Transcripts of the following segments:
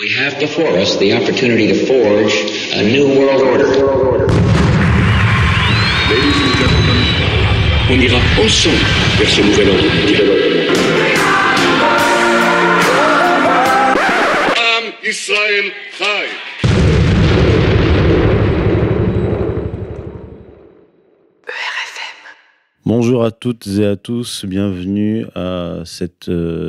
We have before us the opportunity to forge a new world order. Ladies and gentlemen, on ira ensemble vers ce nouvel ordre mondial. Am Israël Chai. Bonjour à toutes et à tous, bienvenue à cette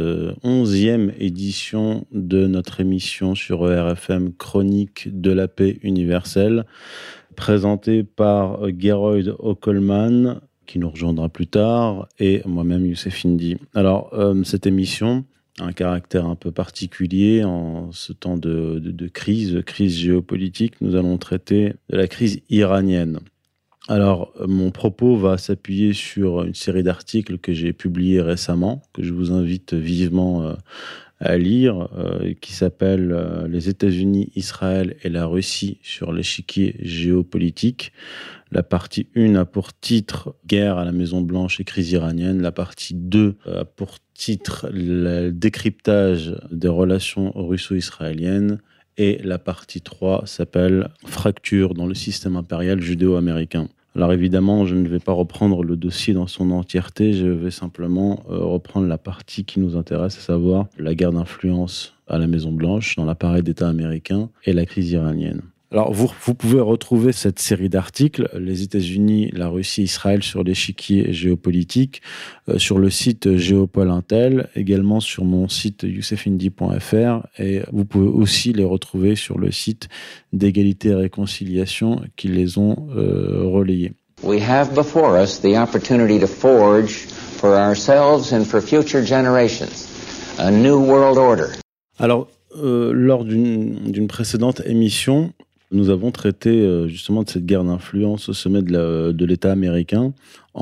11e édition de notre émission sur ERFM Chronique de la paix universelle, présentée par Geroyd Ockelman, qui nous rejoindra plus tard, et moi-même Youssef Indy. Alors, cette émission a un caractère un peu particulier en ce temps de crise géopolitique. Nous allons traiter de la crise iranienne. Alors, mon propos va s'appuyer sur une série d'articles que j'ai publiés récemment, que je vous invite vivement à lire, qui s'appelle « Les États-Unis, Israël et la Russie sur l'échiquier géopolitique ». La partie 1 a pour titre « Guerre à la Maison-Blanche et crise iranienne ». La partie 2 a pour titre « Le décryptage des relations russo-israéliennes ». Et la partie 3 s'appelle « Fracture dans le système impérial judéo-américain ». Alors évidemment, je ne vais pas reprendre le dossier dans son entièreté, je vais simplement reprendre la partie qui nous intéresse, à savoir la guerre d'influence à la Maison-Blanche, dans l'appareil d'État américain et la crise iranienne. Alors, vous pouvez retrouver cette série d'articles, les États-Unis, la Russie, Israël sur l'échiquier géopolitique, sur le site Géopol Intel, également sur mon site youssefindy.fr, et vous pouvez aussi les retrouver sur le site d'Égalité et Réconciliation qui les ont relayés. We have before us the opportunity to forge for ourselves and for future generations a new world order. Alors, lors d'une précédente émission, nous avons traité justement de cette guerre d'influence au sommet de l'État américain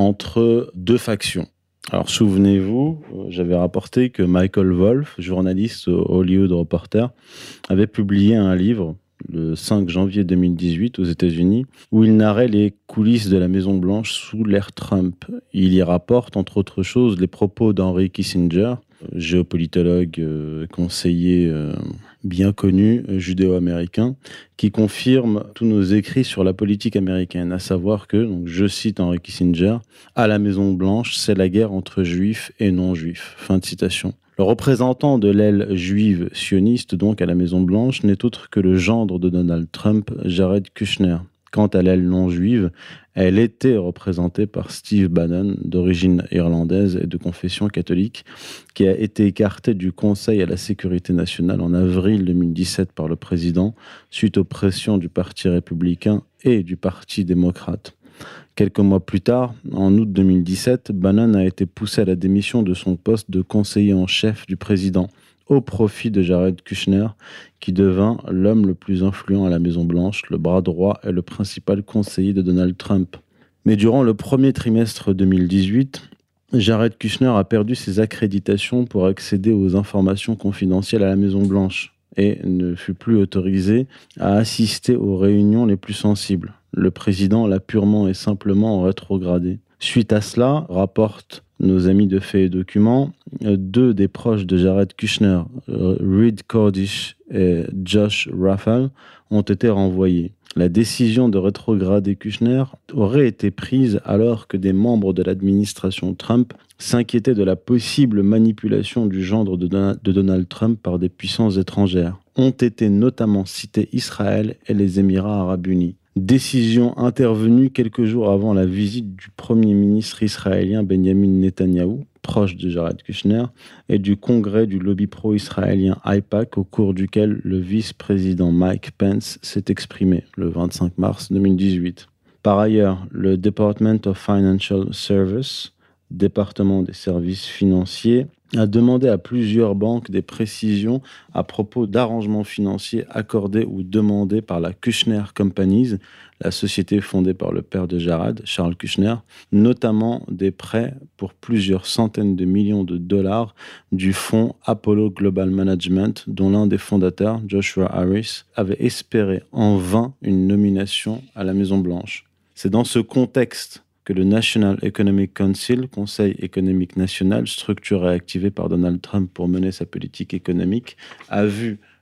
entre deux factions. Alors souvenez-vous, j'avais rapporté que Michael Wolff, journaliste au Hollywood Reporter, avait publié un livre le 5 janvier 2018 aux États-Unis, où il narrait les coulisses de la Maison-Blanche sous l'ère Trump. Il y rapporte, entre autres choses, les propos d'Henry Kissinger, géopolitologue, conseiller bien connu, judéo-américain, qui confirme tous nos écrits sur la politique américaine, à savoir que, donc, je cite Henry Kissinger, « À la Maison-Blanche, c'est la guerre entre juifs et non-juifs ». Fin de citation. Le représentant de l'aile juive sioniste, donc à la Maison-Blanche, n'est autre que le gendre de Donald Trump, Jared Kushner. Quant à l'aile non-juive, elle était représentée par Steve Bannon, d'origine irlandaise et de confession catholique, qui a été écarté du Conseil à la sécurité nationale en avril 2017 par le président, suite aux pressions du Parti républicain et du Parti démocrate. Quelques mois plus tard, en août 2017, Bannon a été poussé à la démission de son poste de conseiller en chef du président, au profit de Jared Kushner, qui devint l'homme le plus influent à la Maison-Blanche, le bras droit et le principal conseiller de Donald Trump. Mais durant le premier trimestre 2018, Jared Kushner a perdu ses accréditations pour accéder aux informations confidentielles à la Maison-Blanche et ne fut plus autorisé à assister aux réunions les plus sensibles. Le président l'a purement et simplement rétrogradé. Suite à cela, rapportent nos amis de Faits et Documents, deux des proches de Jared Kushner, Reed Cordish et Josh Raffel, ont été renvoyés. La décision de rétrograder Kushner aurait été prise alors que des membres de l'administration Trump s'inquiétaient de la possible manipulation du gendre de Donald Trump par des puissances étrangères. Ont été notamment cités Israël et les Émirats arabes unis. Décision intervenue quelques jours avant la visite du Premier ministre israélien Benjamin Netanyahou, proche de Jared Kushner, et du congrès du lobby pro-israélien AIPAC, au cours duquel le vice-président Mike Pence s'est exprimé le 25 mars 2018. Par ailleurs, le Department of Financial Services, département des services financiers, a demandé à plusieurs banques des précisions à propos d'arrangements financiers accordés ou demandés par la Kushner Companies, la société fondée par le père de Jared, Charles Kushner, notamment des prêts pour plusieurs centaines de millions de dollars du fonds Apollo Global Management, dont l'un des fondateurs, Joshua Harris, avait espéré en vain une nomination à la Maison-Blanche. C'est dans ce contexte que le National Economic Council, Conseil économique national, structure réactivée par Donald Trump pour mener sa politique économique, a vu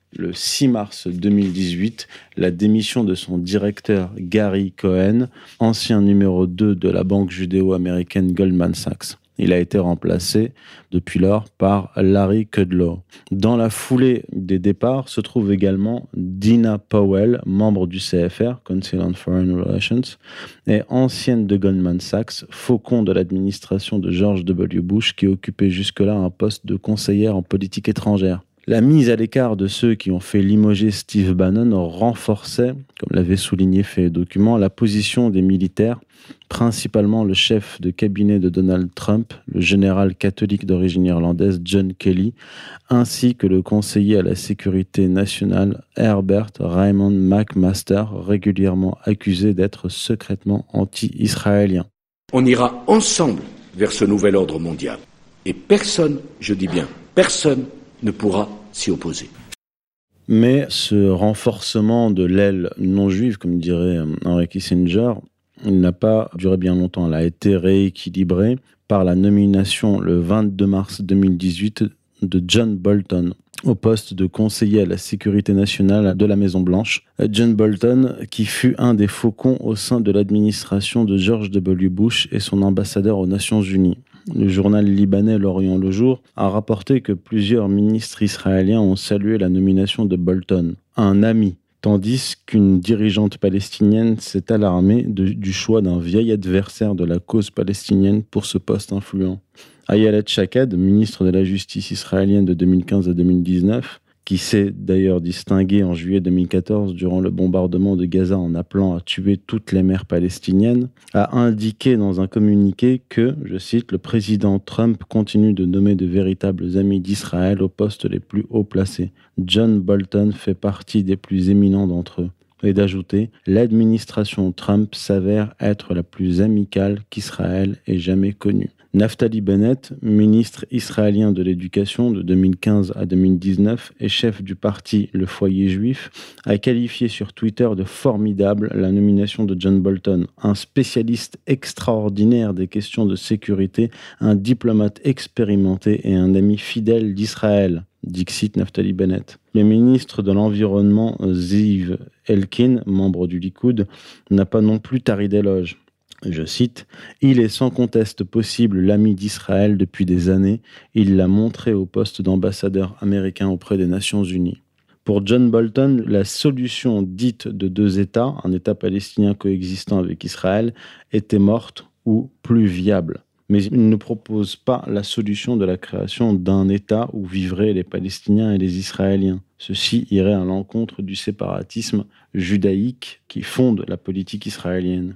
le 6 mars 2018 la démission de son directeur Gary Cohn, ancien numéro 2 de la banque judéo-américaine Goldman Sachs. Il a été remplacé depuis lors par Larry Kudlow. Dans la foulée des départs se trouve également Dina Powell, membre du CFR, Council on Foreign Relations, et ancienne de Goldman Sachs, faucon de l'administration de George W. Bush, qui occupait jusque-là un poste de conseillère en politique étrangère. La mise à l'écart de ceux qui ont fait limoger Steve Bannon renforçait, comme l'avait souligné Fait Document, la position des militaires, principalement le chef de cabinet de Donald Trump, le général catholique d'origine irlandaise John Kelly, ainsi que le conseiller à la sécurité nationale Herbert Raymond McMaster, régulièrement accusé d'être secrètement anti-israélien. On ira ensemble vers ce nouvel ordre mondial. Et personne, je dis bien personne, ne pourra s'y opposer. Mais ce renforcement de l'aile non-juive, comme dirait Henry Kissinger, il n'a pas duré bien longtemps. Elle a été rééquilibrée par la nomination le 22 mars 2018 de John Bolton au poste de conseiller à la sécurité nationale de la Maison-Blanche. John Bolton, qui fut un des faucons au sein de l'administration de George W. Bush et son ambassadeur aux Nations Unies. Le journal libanais L'Orient le Jour a rapporté que plusieurs ministres israéliens ont salué la nomination de Bolton, un ami, tandis qu'une dirigeante palestinienne s'est alarmée du choix d'un vieil adversaire de la cause palestinienne pour ce poste influent. Ayelet Shaked, ministre de la Justice israélienne de 2015 à 2019, qui s'est d'ailleurs distingué en juillet 2014 durant le bombardement de Gaza en appelant à tuer toutes les mères palestiniennes, a indiqué dans un communiqué que, je cite, « le président Trump continue de nommer de véritables amis d'Israël aux postes les plus haut placés. John Bolton fait partie des plus éminents d'entre eux. » Et d'ajouter « l'administration Trump s'avère être la plus amicale qu'Israël ait jamais connue. » Naftali Bennett, ministre israélien de l'Éducation de 2015 à 2019 et chef du parti Le Foyer Juif, a qualifié sur Twitter de formidable la nomination de John Bolton, un spécialiste extraordinaire des questions de sécurité, un diplomate expérimenté et un ami fidèle d'Israël. Dixit Naftali Bennett. Le ministre de l'Environnement, Ziv Elkin, membre du Likoud, n'a pas non plus tari d'éloges. Je cite, « Il est sans conteste possible l'ami d'Israël depuis des années. Il l'a montré au poste d'ambassadeur américain auprès des Nations Unies. » Pour John Bolton, la solution dite de deux États, un État palestinien coexistant avec Israël, était morte ou plus viable. Mais il ne propose pas la solution de la création d'un État où vivraient les Palestiniens et les Israéliens. Ceci irait à l'encontre du séparatisme judaïque qui fonde la politique israélienne.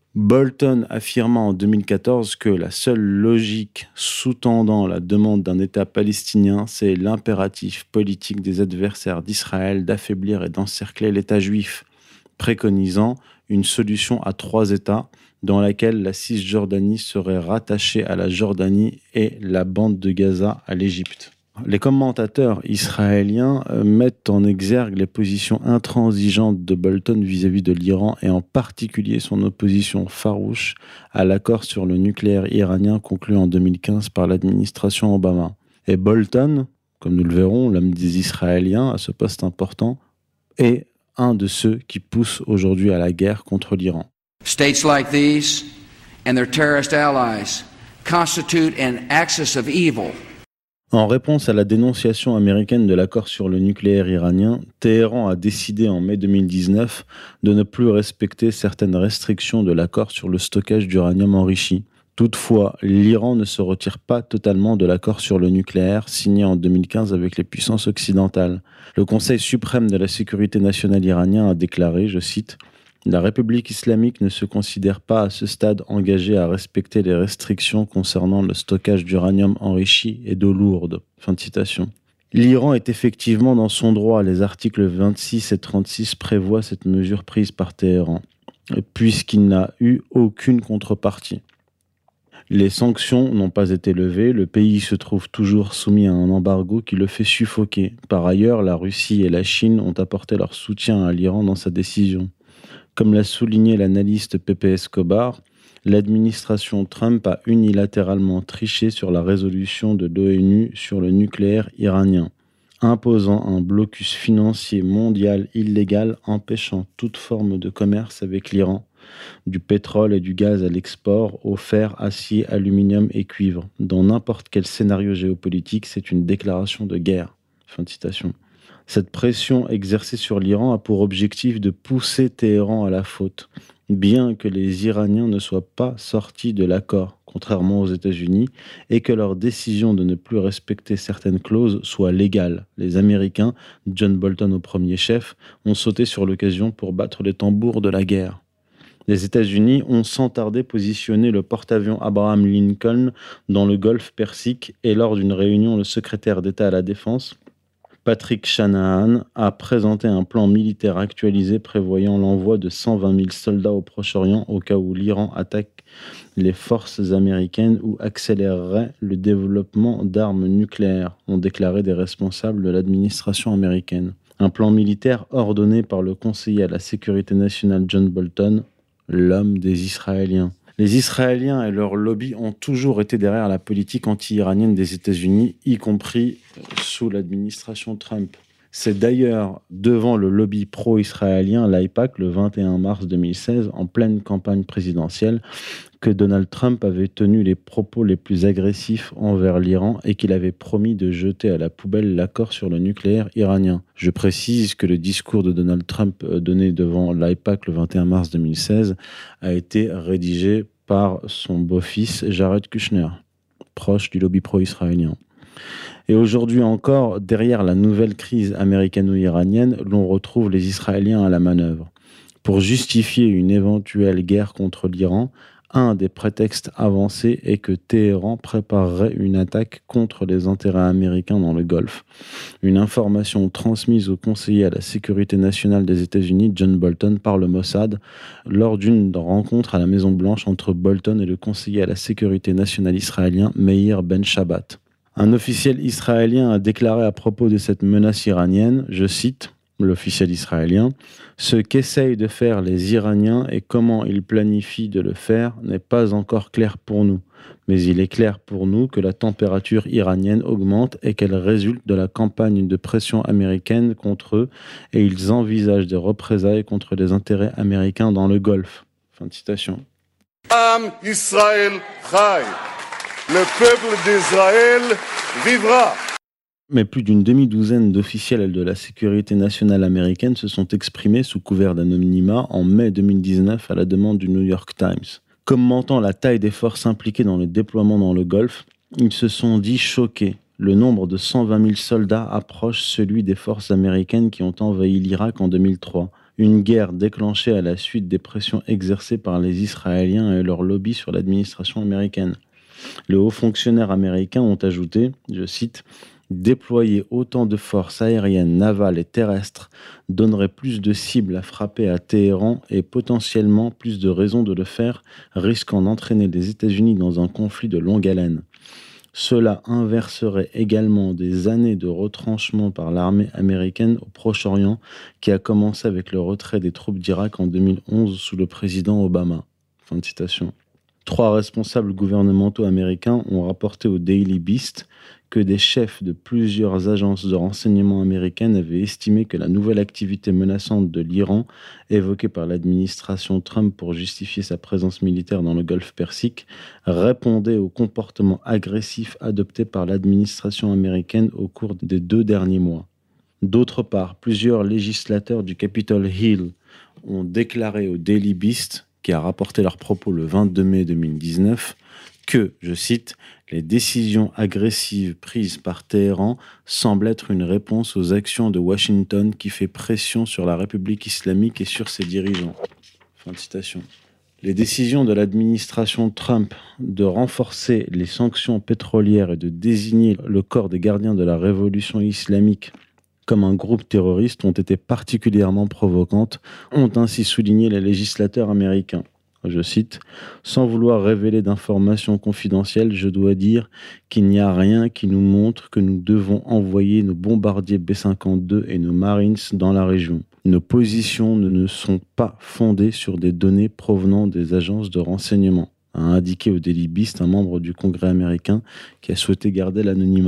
Bolton affirma en 2014 que la seule logique sous-tendant la demande d'un État palestinien, c'est l'impératif politique des adversaires d'Israël d'affaiblir et d'encercler l'État juif, préconisant une solution à 3 États dans laquelle la Cisjordanie serait rattachée à la Jordanie et la bande de Gaza à l'Égypte. Les commentateurs israéliens mettent en exergue les positions intransigeantes de Bolton vis-à-vis de l'Iran et en particulier son opposition farouche à l'accord sur le nucléaire iranien conclu en 2015 par l'administration Obama. Et Bolton, comme nous le verrons, l'homme des Israéliens à ce poste important, est un de ceux qui poussent aujourd'hui à la guerre contre l'Iran. States like these and their terrorist allies constitute an axis of evil. En réponse à la dénonciation américaine de l'accord sur le nucléaire iranien, Téhéran a décidé en mai 2019 de ne plus respecter certaines restrictions de l'accord sur le stockage d'uranium enrichi. Toutefois, l'Iran ne se retire pas totalement de l'accord sur le nucléaire signé en 2015 avec les puissances occidentales. Le Conseil suprême de la sécurité nationale iranien a déclaré, je cite, « La République islamique ne se considère pas à ce stade engagée à respecter les restrictions concernant le stockage d'uranium enrichi et d'eau lourde. » Fin de citation. L'Iran est effectivement dans son droit. Les articles 26 et 36 prévoient cette mesure prise par Téhéran, puisqu'il n'a eu aucune contrepartie. Les sanctions n'ont pas été levées, le pays se trouve toujours soumis à un embargo qui le fait suffoquer. Par ailleurs, la Russie et la Chine ont apporté leur soutien à l'Iran dans sa décision. Comme l'a souligné l'analyste Pepe Escobar, l'administration Trump a unilatéralement triché sur la résolution de l'ONU sur le nucléaire iranien. imposant un blocus financier mondial illégal empêchant toute forme de commerce avec l'Iran, du pétrole et du gaz à l'export, au fer, acier, aluminium et cuivre. Dans n'importe quel scénario géopolitique, c'est une déclaration de guerre. Fin de citation. Cette pression exercée sur l'Iran a pour objectif de pousser Téhéran à la faute, bien que les Iraniens ne soient pas sortis de l'accord, contrairement aux États-Unis, et que leur décision de ne plus respecter certaines clauses soit légale. Les Américains, John Bolton au premier chef, ont sauté sur l'occasion pour battre les tambours de la guerre. Les États-Unis ont sans tarder positionné le porte-avions Abraham Lincoln dans le golfe Persique et lors d'une réunion, le secrétaire d'État à la Défense, Patrick Shanahan, a présenté un plan militaire actualisé prévoyant l'envoi de 120 000 soldats au Proche-Orient au cas où l'Iran attaque les forces américaines ou accélérerait le développement d'armes nucléaires, ont déclaré des responsables de l'administration américaine. Un plan militaire ordonné par le conseiller à la sécurité nationale John Bolton, l'homme des Israéliens. Les Israéliens et leur lobby ont toujours été derrière la politique anti-iranienne des États-Unis, y compris sous l'administration Trump. C'est d'ailleurs devant le lobby pro-israélien, l'AIPAC, le 21 mars 2016, en pleine campagne présidentielle, que Donald Trump avait tenu les propos les plus agressifs envers l'Iran et qu'il avait promis de jeter à la poubelle l'accord sur le nucléaire iranien. Je précise que le discours de Donald Trump donné devant l'AIPAC le 21 mars 2016 a été rédigé par son beau-fils Jared Kushner, proche du lobby pro-israélien. Et aujourd'hui encore, derrière la nouvelle crise américano-iranienne, l'on retrouve les Israéliens à la manœuvre. Pour justifier une éventuelle guerre contre l'Iran, un des prétextes avancés est que Téhéran préparerait une attaque contre les intérêts américains dans le Golfe. Une information transmise au conseiller à la sécurité nationale des États-Unis, John Bolton, par le Mossad, lors d'une rencontre à la Maison-Blanche entre Bolton et le conseiller à la sécurité nationale israélien, Meir Ben Shabbat. Un officiel israélien a déclaré à propos de cette menace iranienne, je cite, l'officiel israélien, « Ce qu'essayent de faire les Iraniens et comment ils planifient de le faire n'est pas encore clair pour nous. Mais il est clair pour nous que la température iranienne augmente et qu'elle résulte de la campagne de pression américaine contre eux et ils envisagent des représailles contre les intérêts américains dans le Golfe. » Fin de citation. Am Israël Chai. Le peuple d'Israël vivra. Mais plus d'une demi-douzaine d'officiels de la sécurité nationale américaine se sont exprimés sous couvert d'anonymat en mai 2019 à la demande du New York Times. Commentant la taille des forces impliquées dans le déploiement dans le Golfe, ils se sont dit choqués. Le nombre de 120 000 soldats approche celui des forces américaines qui ont envahi l'Irak en 2003. Une guerre déclenchée à la suite des pressions exercées par les Israéliens et leur lobby sur l'administration américaine. Les hauts fonctionnaires américains ont ajouté, je cite, « Déployer autant de forces aériennes, navales et terrestres donnerait plus de cibles à frapper à Téhéran et potentiellement plus de raisons de le faire, risquant d'entraîner les États-Unis dans un conflit de longue haleine. Cela inverserait également des années de retranchement par l'armée américaine au Proche-Orient qui a commencé avec le retrait des troupes d'Irak en 2011 sous le président Obama. » Fin de citation. 3 responsables gouvernementaux américains ont rapporté au Daily Beast que des chefs de plusieurs agences de renseignement américaines avaient estimé que la nouvelle activité menaçante de l'Iran, évoquée par l'administration Trump pour justifier sa présence militaire dans le Golfe Persique, répondait au comportement agressif adopté par l'administration américaine au cours des 2 derniers mois. D'autre part, plusieurs législateurs du Capitol Hill ont déclaré au Daily Beast, qui a rapporté leurs propos le 22 mai 2019, que, je cite, « les décisions agressives prises par Téhéran semblent être une réponse aux actions de Washington qui fait pression sur la République islamique et sur ses dirigeants. » Fin de citation. Les décisions de l'administration Trump de renforcer les sanctions pétrolières et de désigner le corps des gardiens de la révolution islamique comme un groupe terroriste ont été particulièrement provocantes, ont ainsi souligné les législateurs américains. Je cite, « Sans vouloir révéler d'informations confidentielles, je dois dire qu'il n'y a rien qui nous montre que nous devons envoyer nos bombardiers B-52 et nos Marines dans la région. Nos positions ne sont pas fondées sur des données provenant des agences de renseignement », a indiqué au Daily Beast un membre du Congrès américain qui a souhaité garder l'anonymat.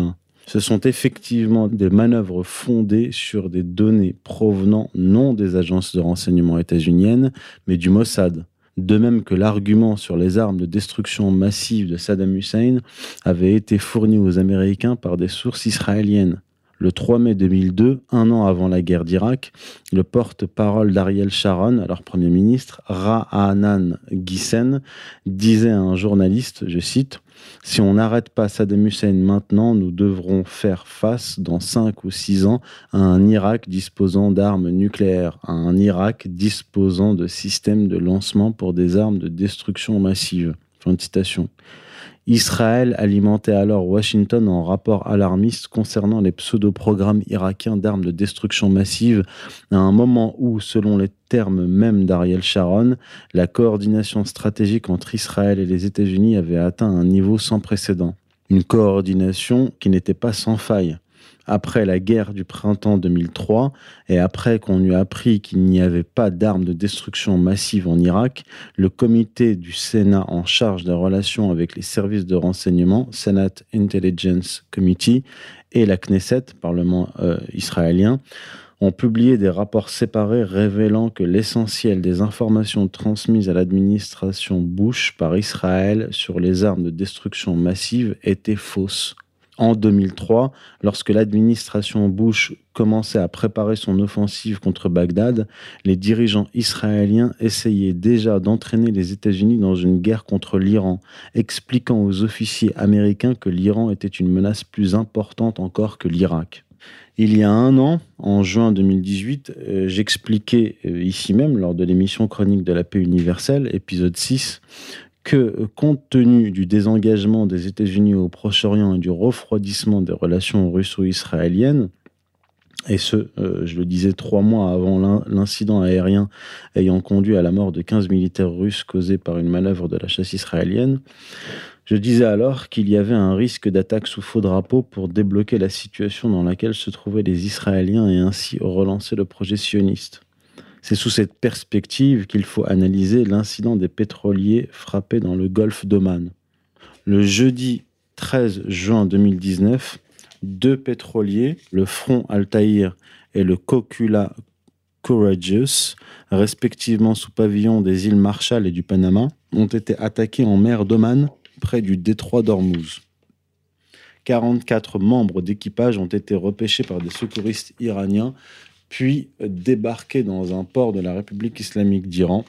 Ce sont effectivement des manœuvres fondées sur des données provenant non des agences de renseignement états-uniennes, mais du Mossad. De même que l'argument sur les armes de destruction massive de Saddam Hussein avait été fourni aux Américains par des sources israéliennes. Le 3 mai 2002, un an avant la guerre d'Irak, le porte-parole d'Ariel Sharon, alors Premier ministre, Ra'anan Gissen, disait à un journaliste, je cite, « Si on n'arrête pas Saddam Hussein maintenant, nous devrons faire face dans 5 ou 6 ans à un Irak disposant d'armes nucléaires, à un Irak disposant de systèmes de lancement pour des armes de destruction massive. » Fin de citation. Israël alimentait alors Washington en rapport alarmiste concernant les pseudo-programmes irakiens d'armes de destruction massive à un moment où, selon les termes même d'Ariel Sharon, la coordination stratégique entre Israël et les États-Unis avait atteint un niveau sans précédent. Une coordination qui n'était pas sans faille. Après la guerre du printemps 2003 et après qu'on eut appris qu'il n'y avait pas d'armes de destruction massive en Irak, le comité du Sénat en charge des relations avec les services de renseignement, Senate Intelligence Committee, et la Knesset, Parlement israélien, ont publié des rapports séparés révélant que l'essentiel des informations transmises à l'administration Bush par Israël sur les armes de destruction massive étaient fausses. En 2003, lorsque l'administration Bush commençait à préparer son offensive contre Bagdad, les dirigeants israéliens essayaient déjà d'entraîner les États-Unis dans une guerre contre l'Iran, expliquant aux officiers américains que l'Iran était une menace plus importante encore que l'Irak. Il y a un an, en juin 2018, j'expliquais ici même, lors de l'émission Chronique de la paix universelle, épisode 6, que, compte tenu du désengagement des États-Unis au Proche-Orient et du refroidissement des relations russo-israéliennes, et ce, je le disais 3 mois avant l'incident aérien ayant conduit à la mort de 15 militaires russes causés par une manœuvre de la chasse israélienne, je disais alors qu'il y avait un risque d'attaque sous faux drapeau pour débloquer la situation dans laquelle se trouvaient les Israéliens et ainsi relancer le projet sioniste. C'est sous cette perspective qu'il faut analyser l'incident des pétroliers frappés dans le golfe d'Oman. Le jeudi 13 juin 2019, 2 pétroliers, le Front Altaïr et le Kokula Courageous, respectivement sous pavillon des îles Marshall et du Panama, ont été attaqués en mer d'Oman, près du détroit d'Ormuz. 44 membres d'équipage ont été repêchés par des secouristes iraniens puis débarqués dans un port de la République islamique d'Iran,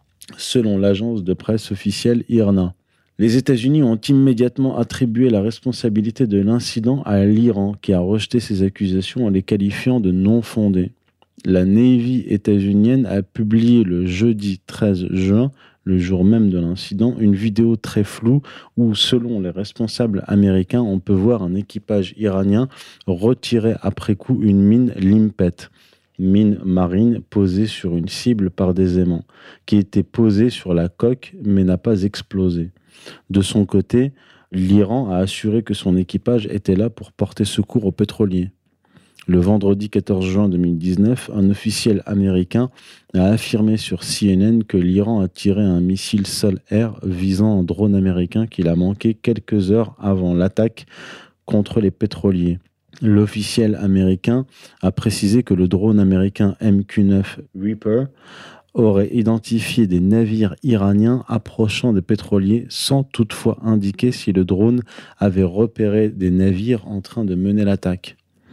selon l'agence de presse officielle IRNA. Les États-Unis ont immédiatement attribué la responsabilité de l'incident à l'Iran, qui a rejeté ces accusations en les qualifiant de non fondées. La Navy états-unienne a publié le jeudi 13 juin, le jour même de l'incident, une vidéo très floue où, selon les responsables américains, on peut voir un équipage iranien retirer après coup une mine Limpet, mine marine posée sur une cible par des aimants, qui était posée sur la coque mais n'a pas explosé. De son côté, l'Iran a assuré que son équipage était là pour porter secours aux pétroliers. Le vendredi 14 juin 2019, un officiel américain a affirmé sur CNN que l'Iran a tiré un missile sol-air visant un drone américain qu'il a manqué quelques heures avant l'attaque contre les pétroliers. L'officiel américain a précisé que le drone américain MQ-9 Reaper aurait identifié des navires iraniens approchant des pétroliers sans toutefois indiquer si le drone avait repéré des navires en train de mener l'attaque.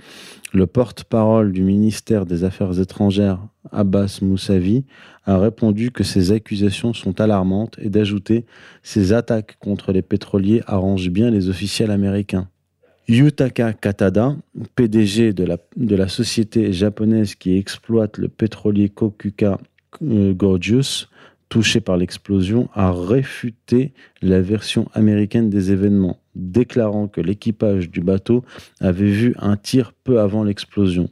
Le porte-parole du ministère des Affaires étrangères, Abbas Moussavi, a répondu que ces accusations sont alarmantes et d'ajouter « Ces attaques contre les pétroliers arrangent bien les officiels américains ». Yutaka Katada, PDG de la société japonaise qui exploite le pétrolier Kokuka Gorgeous, touché par l'explosion, a réfuté la version américaine des événements, déclarant que l'équipage du bateau avait vu un tir peu avant l'explosion.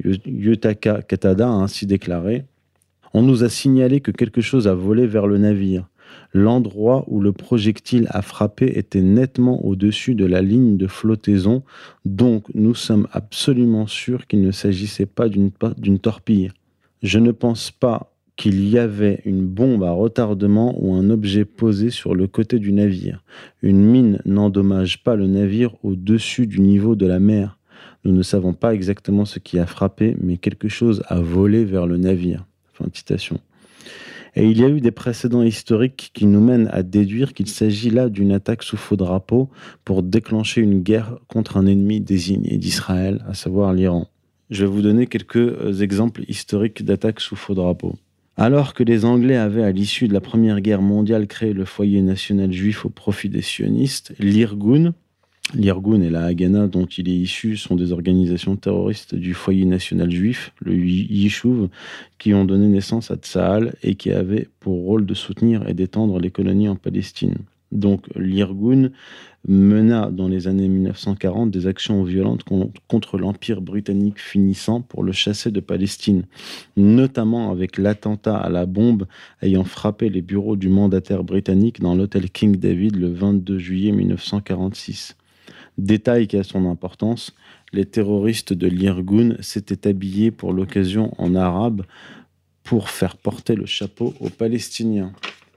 Yutaka Katada a ainsi déclaré « On nous a signalé que quelque chose a volé vers le navire. L'endroit où le projectile a frappé était nettement au-dessus de la ligne de flottaison, donc nous sommes absolument sûrs qu'il ne s'agissait pas d'une torpille. Je ne pense pas qu'il y avait une bombe à retardement ou un objet posé sur le côté du navire. Une mine n'endommage pas le navire au-dessus du niveau de la mer. Nous ne savons pas exactement ce qui a frappé, mais quelque chose a volé vers le navire. » Fin de citation. Et il y a eu des précédents historiques qui nous mènent à déduire qu'il s'agit là d'une attaque sous faux drapeau pour déclencher une guerre contre un ennemi désigné d'Israël, à savoir l'Iran. Je vais vous donner quelques exemples historiques d'attaques sous faux drapeau. Alors que les Anglais avaient, à l'issue de la Première Guerre mondiale, créé le foyer national juif au profit des sionistes, l'Irgun et la Haganah dont il est issu sont des organisations terroristes du foyer national juif, le Yishuv, qui ont donné naissance à Tsahal et qui avaient pour rôle de soutenir et d'étendre les colonies en Palestine. Donc l'Irgun mena dans les années 1940 des actions violentes contre l'Empire britannique finissant pour le chasser de Palestine, notamment avec l'attentat à la bombe ayant frappé les bureaux du mandataire britannique dans l'hôtel King David le 22 juillet 1946. Détail qui a son importance, les terroristes de l'Irgun s'étaient habillés pour l'occasion en arabe pour faire porter le chapeau aux Palestiniens.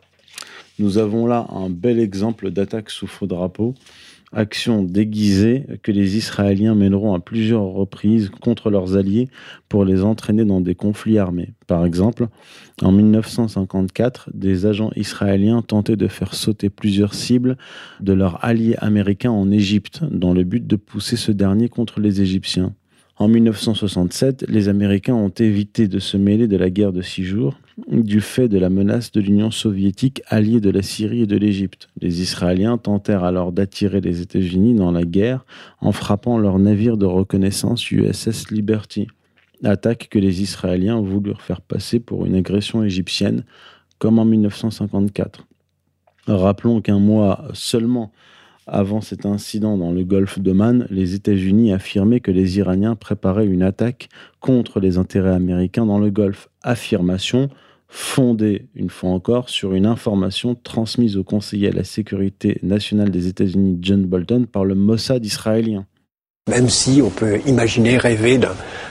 Nous avons là un bel exemple d'attaque sous faux drapeau, action déguisée que les Israéliens mèneront à plusieurs reprises contre leurs alliés pour les entraîner dans des conflits armés. Par exemple, en 1954, des agents israéliens tentaient de faire sauter plusieurs cibles de leurs alliés américains en Égypte, dans le but de pousser ce dernier contre les Égyptiens. En 1967, les Américains ont évité de se mêler de la guerre de 6 jours du fait de la menace de l'Union soviétique alliée de la Syrie et de l'Égypte. Les Israéliens tentèrent alors d'attirer les États-Unis dans la guerre en frappant leur navire de reconnaissance USS Liberty. Attaque que les Israéliens voulurent faire passer pour une agression égyptienne, comme en 1954. Rappelons qu'un mois seulement avant cet incident dans le golfe d'Oman, les États-Unis affirmaient que les Iraniens préparaient une attaque contre les intérêts américains dans le golfe. Affirmation fondée, une fois encore, sur une information transmise au conseiller à la sécurité nationale des États-Unis, John Bolton, par le Mossad israélien. Même si on peut imaginer, rêver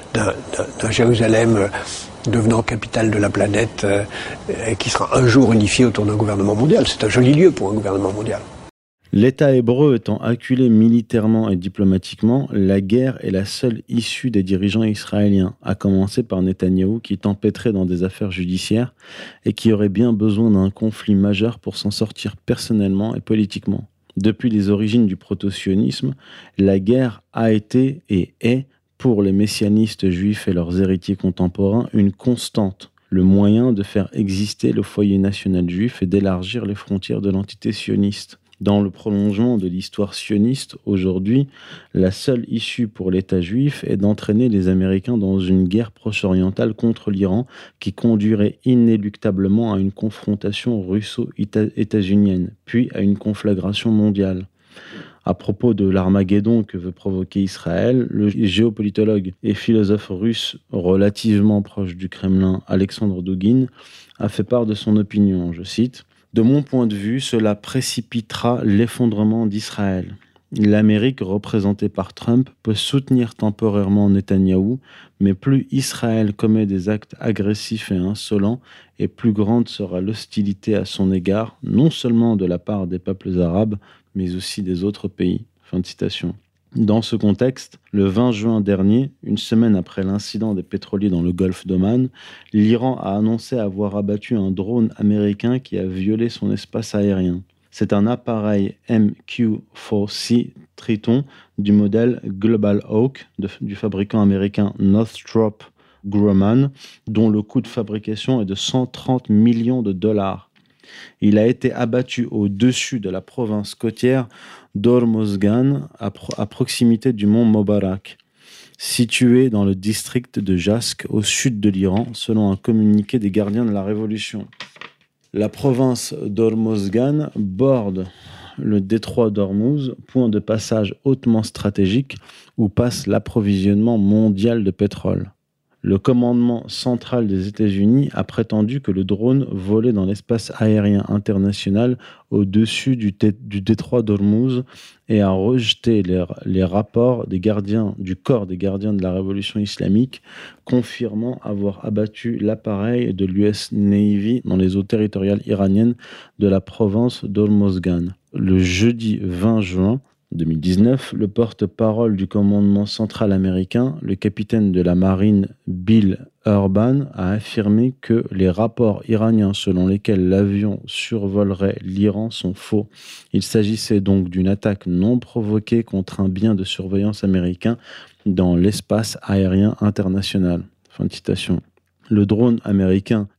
d'un Jérusalem devenant capitale de la planète qui sera un jour unifié autour d'un gouvernement mondial. C'est un joli lieu pour un gouvernement mondial. L'État hébreu étant acculé militairement et diplomatiquement, la guerre est la seule issue des dirigeants israéliens, à commencer par Netanyahou qui est empêtré dans des affaires judiciaires et qui aurait bien besoin d'un conflit majeur pour s'en sortir personnellement et politiquement. Depuis les origines du proto-sionisme, la guerre a été et est, pour les messianistes juifs et leurs héritiers contemporains, une constante, le moyen de faire exister le foyer national juif et d'élargir les frontières de l'entité sioniste. Dans le prolongement de l'histoire sioniste, aujourd'hui, la seule issue pour l'État juif est d'entraîner les Américains dans une guerre proche-orientale contre l'Iran qui conduirait inéluctablement à une confrontation russo-états-unienne, puis à une conflagration mondiale. À propos de l'Armageddon que veut provoquer Israël, le géopolitologue et philosophe russe relativement proche du Kremlin, Alexandre Douguin, a fait part de son opinion, je cite: « De mon point de vue, cela précipitera l'effondrement d'Israël. L'Amérique, représentée par Trump, peut soutenir temporairement Netanyahou, mais plus Israël commet des actes agressifs et insolents, et plus grande sera l'hostilité à son égard, non seulement de la part des peuples arabes, mais aussi des autres pays. » Fin de citation. Dans ce contexte, le 20 juin dernier, une semaine après l'incident des pétroliers dans le golfe d'Oman, l'Iran a annoncé avoir abattu un drone américain qui a violé son espace aérien. C'est un appareil MQ-4C Triton du modèle Global Hawk du fabricant américain Northrop Grumman, dont le coût de fabrication est de 130 millions de dollars. Il a été abattu au-dessus de la province côtière d'Hormozgan, à proximité du mont Mobarak, situé dans le district de Jask, au sud de l'Iran, selon un communiqué des gardiens de la Révolution. La province d'Hormozgan borde le détroit d'Ormuz, point de passage hautement stratégique où passe l'approvisionnement mondial de pétrole. Le commandement central des États-Unis a prétendu que le drone volait dans l'espace aérien international au-dessus du détroit d'Ormuz et a rejeté les rapports du corps des gardiens de la révolution islamique, confirmant avoir abattu l'appareil de l'US Navy dans les eaux territoriales iraniennes de la province d'Hormozgan. Le jeudi 20 juin 2019, le porte-parole du commandement central américain, le capitaine de la marine Bill Urban, a affirmé que les rapports iraniens selon lesquels l'avion survolerait l'Iran sont faux. Il s'agissait donc d'une attaque non provoquée contre un bien de surveillance américain dans l'espace aérien international. Fin de citation. Le drone américain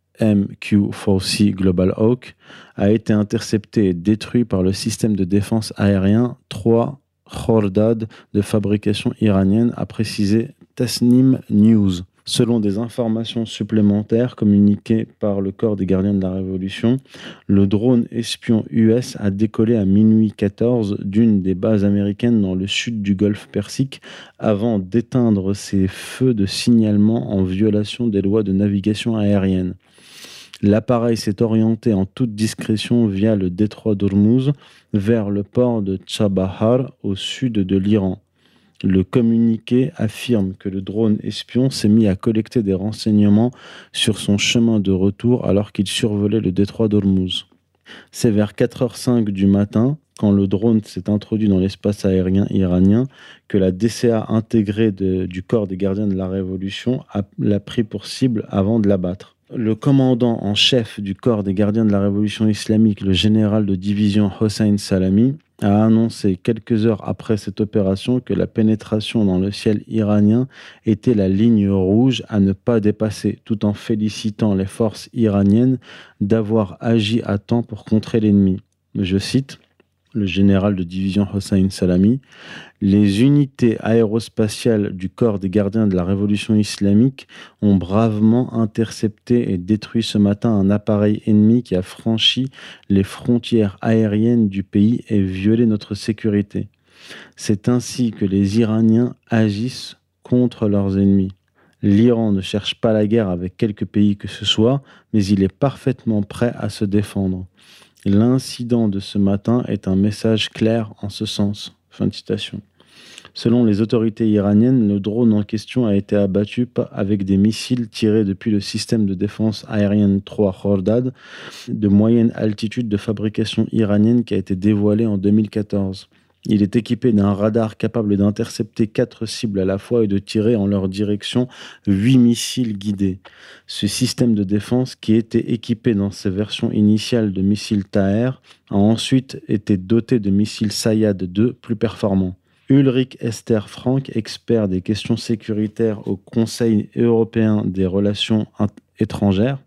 MQ-4C Global Hawk a été intercepté et détruit par le système de défense aérien 3 Khordad de fabrication iranienne, a précisé Tasnim News. Selon des informations supplémentaires communiquées par le corps des gardiens de la Révolution, le drone espion US a décollé à minuit 14 d'une des bases américaines dans le sud du Golfe Persique avant d'éteindre ses feux de signalement en violation des lois de navigation aérienne. L'appareil s'est orienté en toute discrétion via le détroit d'Ormuz vers le port de Chabahar au sud de l'Iran. Le communiqué affirme que le drone espion s'est mis à collecter des renseignements sur son chemin de retour alors qu'il survolait le détroit d'Ormuz. C'est vers 4h05 du matin, quand le drone s'est introduit dans l'espace aérien iranien, que la DCA intégrée du corps des gardiens de la Révolution l'a pris pour cible avant de l'abattre. Le commandant en chef du corps des gardiens de la Révolution islamique, le général de division Hossein Salami, a annoncé quelques heures après cette opération que la pénétration dans le ciel iranien était la ligne rouge à ne pas dépasser, tout en félicitant les forces iraniennes d'avoir agi à temps pour contrer l'ennemi. Je cite le général de division Hossein Salami, « Les unités aérospatiales du corps des gardiens de la Révolution islamique ont bravement intercepté et détruit ce matin un appareil ennemi qui a franchi les frontières aériennes du pays et violé notre sécurité. C'est ainsi que les Iraniens agissent contre leurs ennemis. L'Iran ne cherche pas la guerre avec quelque pays que ce soit, mais il est parfaitement prêt à se défendre. L'incident de ce matin est un message clair en ce sens. » Fin de citation. Selon les autorités iraniennes, le drone en question a été abattu avec des missiles tirés depuis le système de défense aérienne 3 Khordad de moyenne altitude de fabrication iranienne qui a été dévoilé en 2014. Il est équipé d'un radar capable d'intercepter 4 cibles à la fois et de tirer en leur direction 8 missiles guidés. Ce système de défense, qui était équipé dans ses versions initiales de missiles Taher, a ensuite été doté de missiles Sayad 2 plus performants. Ulrich Esther Frank, expert des questions sécuritaires au Conseil européen des relations étrangères,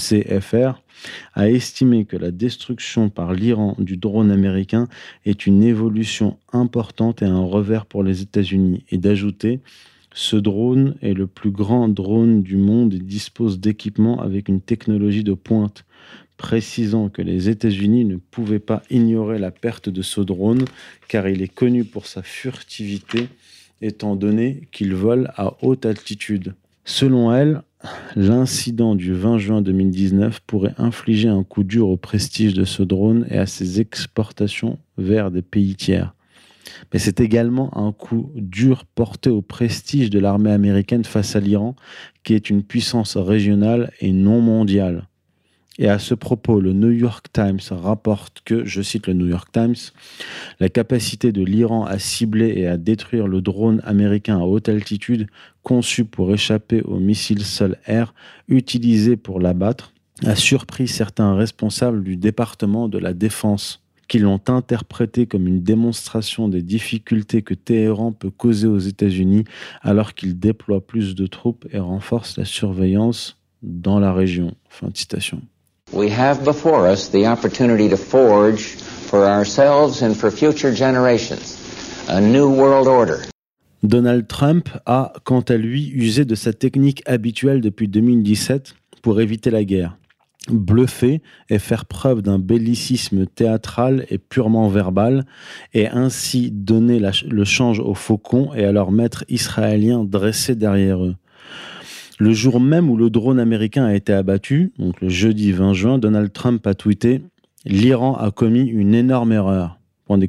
ECFR, a estimé que la destruction par l'Iran du drone américain est une évolution importante et un revers pour les États-Unis, et d'ajouter « Ce drone est le plus grand drone du monde et dispose d'équipements avec une technologie de pointe », précisant que les États-Unis ne pouvaient pas ignorer la perte de ce drone car il est connu pour sa furtivité étant donné qu'il vole à haute altitude. Selon elle, l'incident du 20 juin 2019 pourrait infliger un coup dur au prestige de ce drone et à ses exportations vers des pays tiers. Mais c'est également un coup dur porté au prestige de l'armée américaine face à l'Iran, qui est une puissance régionale et non mondiale. Et à ce propos, le New York Times rapporte que, je cite le New York Times, la capacité de l'Iran à cibler et à détruire le drone américain à haute altitude, conçu pour échapper aux missiles sol-air utilisés pour l'abattre, a surpris certains responsables du département de la Défense, qui l'ont interprété comme une démonstration des difficultés que Téhéran peut causer aux États-Unis alors qu'il déploie plus de troupes et renforce la surveillance dans la région. Fin de citation. We have before us the opportunity to forge for ourselves and for future generations a new world order. Donald Trump a, quant à lui, usé de sa technique habituelle depuis 2017 pour éviter la guerre. Bluffer et faire preuve d'un bellicisme théâtral et purement verbal, et ainsi donner le change aux faucons et à leurs maîtres israéliens dressés derrière eux. Le jour même où le drone américain a été abattu, donc le jeudi 20 juin, Donald Trump a tweeté « L'Iran a commis une énorme erreur ».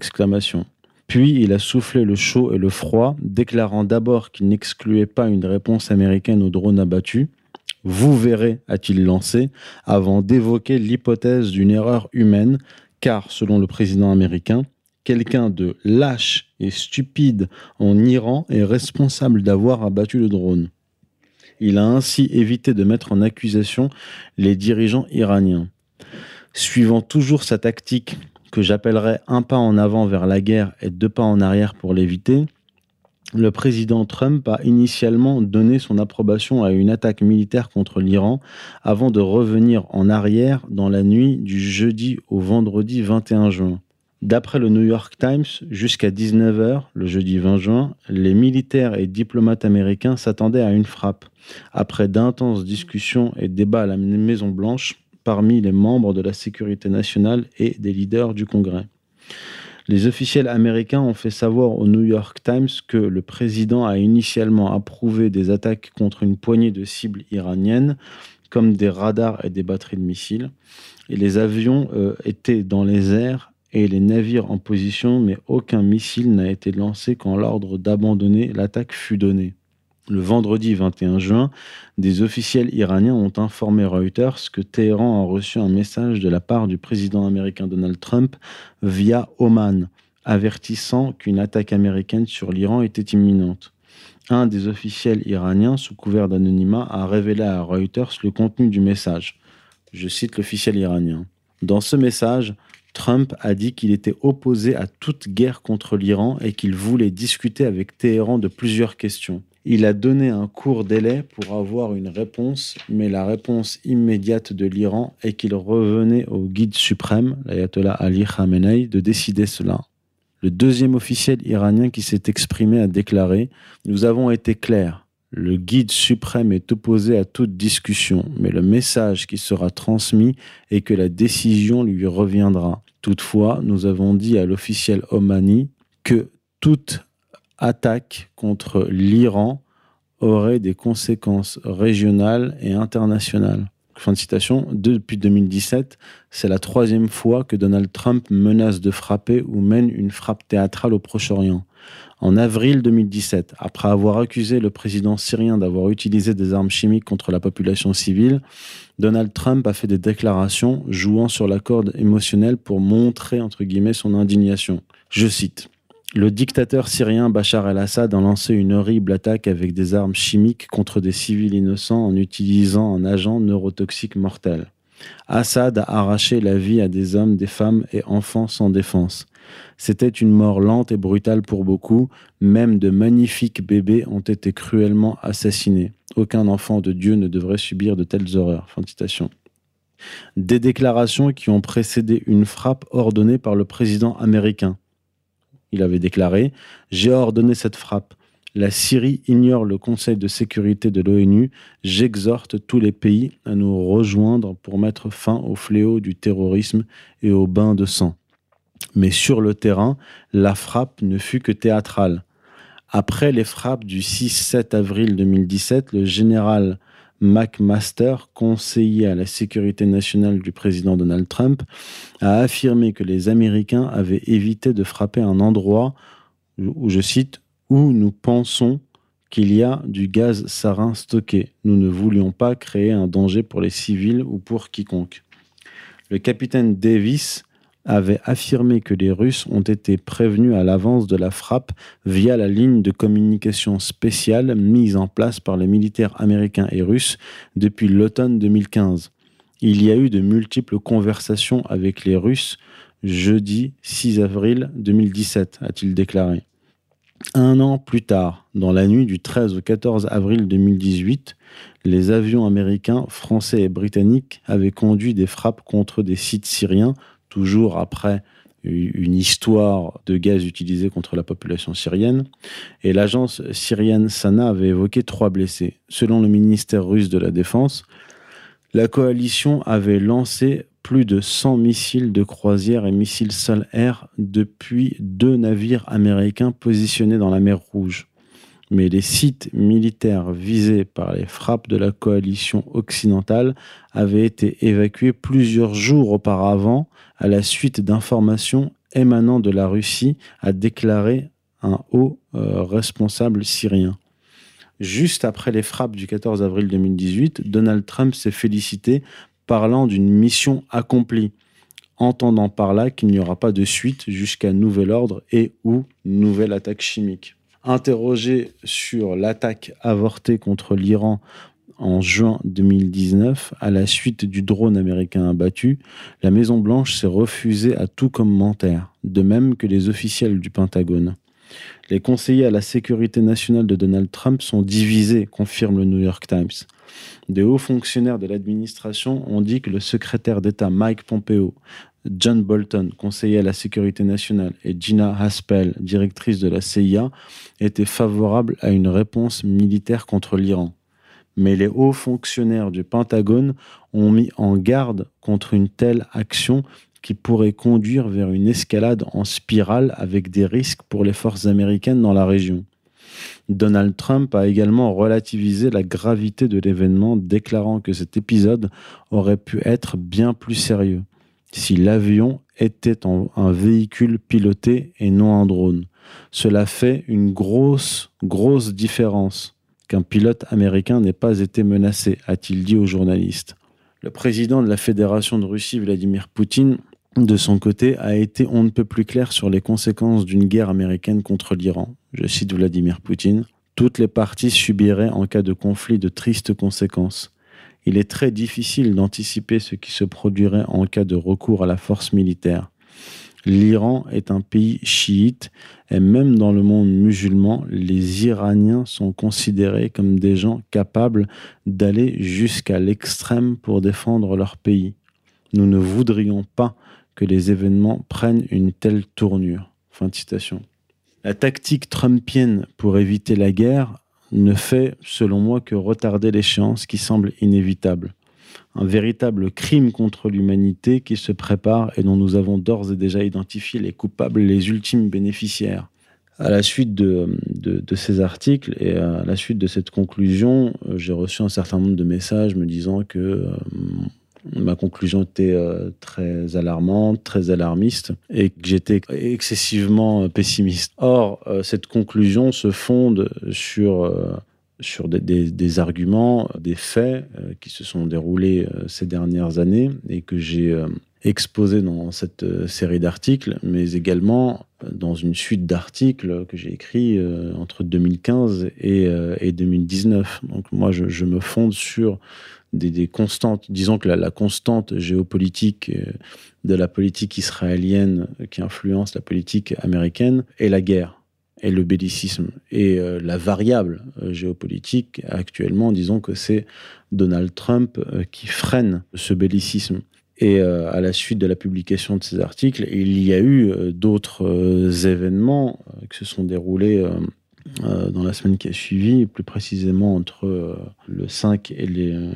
Puis il a soufflé le chaud et le froid, déclarant d'abord qu'il n'excluait pas une réponse américaine au drone abattu. « Vous verrez », a-t-il lancé, avant d'évoquer l'hypothèse d'une erreur humaine, car, selon le président américain, quelqu'un de lâche et stupide en Iran est responsable d'avoir abattu le drone. Il a ainsi évité de mettre en accusation les dirigeants iraniens. Suivant toujours sa tactique que j'appellerais un pas en avant vers la guerre et deux pas en arrière pour l'éviter, le président Trump a initialement donné son approbation à une attaque militaire contre l'Iran avant de revenir en arrière dans la nuit du jeudi au vendredi 21 juin. D'après le New York Times, jusqu'à 19h, le jeudi 20 juin, les militaires et diplomates américains s'attendaient à une frappe, après d'intenses discussions et débats à la Maison-Blanche parmi les membres de la sécurité nationale et des leaders du Congrès. Les officiels américains ont fait savoir au New York Times que le président a initialement approuvé des attaques contre une poignée de cibles iraniennes, comme des radars et des batteries de missiles, et les avions étaient dans les airs et les navires en position, mais aucun missile n'a été lancé quand l'ordre d'abandonner l'attaque fut donné. Le vendredi 21 juin, des officiels iraniens ont informé Reuters que Téhéran a reçu un message de la part du président américain Donald Trump via Oman, avertissant qu'une attaque américaine sur l'Iran était imminente. Un des officiels iraniens, sous couvert d'anonymat, a révélé à Reuters le contenu du message. Je cite l'officiel iranien. Dans ce message, Trump a dit qu'il était opposé à toute guerre contre l'Iran et qu'il voulait discuter avec Téhéran de plusieurs questions. Il a donné un court délai pour avoir une réponse, mais la réponse immédiate de l'Iran est qu'il revenait au guide suprême, l'ayatollah Ali Khamenei, de décider cela. Le deuxième officiel iranien qui s'est exprimé a déclaré « Nous avons été clairs. Le guide suprême est opposé à toute discussion, mais le message qui sera transmis est que la décision lui reviendra. Toutefois, nous avons dit à l'officiel omani que toute attaque contre l'Iran aurait des conséquences régionales et internationales. » Fin de citation. Depuis 2017, c'est la troisième fois que Donald Trump menace de frapper ou mène une frappe théâtrale au Proche-Orient. En avril 2017, après avoir accusé le président syrien d'avoir utilisé des armes chimiques contre la population civile, Donald Trump a fait des déclarations jouant sur la corde émotionnelle pour montrer, entre guillemets, son indignation. Je cite. « Le dictateur syrien Bachar el-Assad a lancé une horrible attaque avec des armes chimiques contre des civils innocents en utilisant un agent neurotoxique mortel. Assad a arraché la vie à des hommes, des femmes et enfants sans défense. C'était une mort lente et brutale pour beaucoup. Même de magnifiques bébés ont été cruellement assassinés. Aucun enfant de Dieu ne devrait subir de telles horreurs. » Fin de citation. Des déclarations qui ont précédé une frappe ordonnée par le président américain. Il avait déclaré « J'ai ordonné cette frappe. La Syrie ignore le Conseil de sécurité de l'ONU. J'exhorte tous les pays à nous rejoindre pour mettre fin au fléau du terrorisme et au bain de sang. » Mais sur le terrain, la frappe ne fut que théâtrale. Après les frappes du 6-7 avril 2017, le général McMaster, conseiller à la sécurité nationale du président Donald Trump, a affirmé que les Américains avaient évité de frapper un endroit où, je cite, « où nous pensons qu'il y a du gaz sarin stocké. Nous ne voulions pas créer un danger pour les civils ou pour quiconque. » Le capitaine Davis avait affirmé que les Russes ont été prévenus à l'avance de la frappe via la ligne de communication spéciale mise en place par les militaires américains et russes depuis l'automne 2015. Il y a eu de multiples conversations avec les Russes jeudi 6 avril 2017, a-t-il déclaré. Un an plus tard, dans la nuit du 13 au 14 avril 2018, les avions américains, français et britanniques avaient conduit des frappes contre des sites syriens, toujours après une histoire de gaz utilisé contre la population syrienne, et l'agence syrienne Sana avait évoqué 3 blessés. Selon le ministère russe de la Défense, la coalition avait lancé plus de 100 missiles de croisière et missiles sol-air depuis 2 navires américains positionnés dans la mer Rouge. mais les sites militaires visés par les frappes de la coalition occidentale avaient été évacués plusieurs jours auparavant à la suite d'informations émanant de la Russie, a déclaré un haut responsable syrien. Juste après les frappes du 14 avril 2018, Donald Trump s'est félicité parlant d'une mission accomplie, entendant par là qu'il n'y aura pas de suite jusqu'à nouvel ordre et ou nouvelle attaque chimique. Interrogé sur l'attaque avortée contre l'Iran en juin 2019, à la suite du drone américain abattu, la Maison-Blanche s'est refusée à tout commentaire, de même que les officiels du Pentagone. Les conseillers à la sécurité nationale de Donald Trump sont divisés, confirme le New York Times. Des hauts fonctionnaires de l'administration ont dit que le secrétaire d'État Mike Pompeo, John Bolton, conseiller à la sécurité nationale, et Gina Haspel, directrice de la CIA, étaient favorables à une réponse militaire contre l'Iran. Mais les hauts fonctionnaires du Pentagone ont mis en garde contre une telle action qui pourrait conduire vers une escalade en spirale avec des risques pour les forces américaines dans la région. Donald Trump a également relativisé la gravité de l'événement, déclarant que cet épisode aurait pu être bien plus sérieux si l'avion était un véhicule piloté et non un drone. Cela fait une grosse différence qu'un pilote américain n'ait pas été menacé, a-t-il dit aux journalistes. Le président de la Fédération de Russie, Vladimir Poutine, de son côté, a été on ne peut plus clair sur les conséquences d'une guerre américaine contre l'Iran. Je cite Vladimir Poutine. « Toutes les parties subiraient en cas de conflit de tristes conséquences. Il est très difficile d'anticiper ce qui se produirait en cas de recours à la force militaire. L'Iran est un pays chiite et même dans le monde musulman, les Iraniens sont considérés comme des gens capables d'aller jusqu'à l'extrême pour défendre leur pays. Nous ne voudrions pas que les événements prennent une telle tournure. » Fin de citation. La tactique trumpienne pour éviter la guerre ne fait, selon moi, que retarder l'échéance qui semble inévitable. Un véritable crime contre l'humanité qui se prépare et dont nous avons d'ores et déjà identifié les coupables et les ultimes bénéficiaires. À la suite de ces articles et à la suite de cette conclusion, j'ai reçu un certain nombre de messages me disant que ma conclusion était très alarmante, très alarmiste et que j'étais excessivement pessimiste. Or, cette conclusion se fonde sur des arguments, des faits qui se sont déroulés ces dernières années et que j'ai exposés dans cette série d'articles, mais également dans une suite d'articles que j'ai écrits entre 2015 et 2019. Donc moi, je me fonde sur des constantes. Disons que la constante géopolitique de la politique israélienne qui influence la politique américaine est la guerre et le bellicisme. Et la variable géopolitique actuellement, disons que c'est Donald Trump qui freine ce bellicisme. Et à la suite de la publication de ces articles, il y a eu d'autres événements qui se sont déroulés dans la semaine qui a suivi, plus précisément entre le 5 et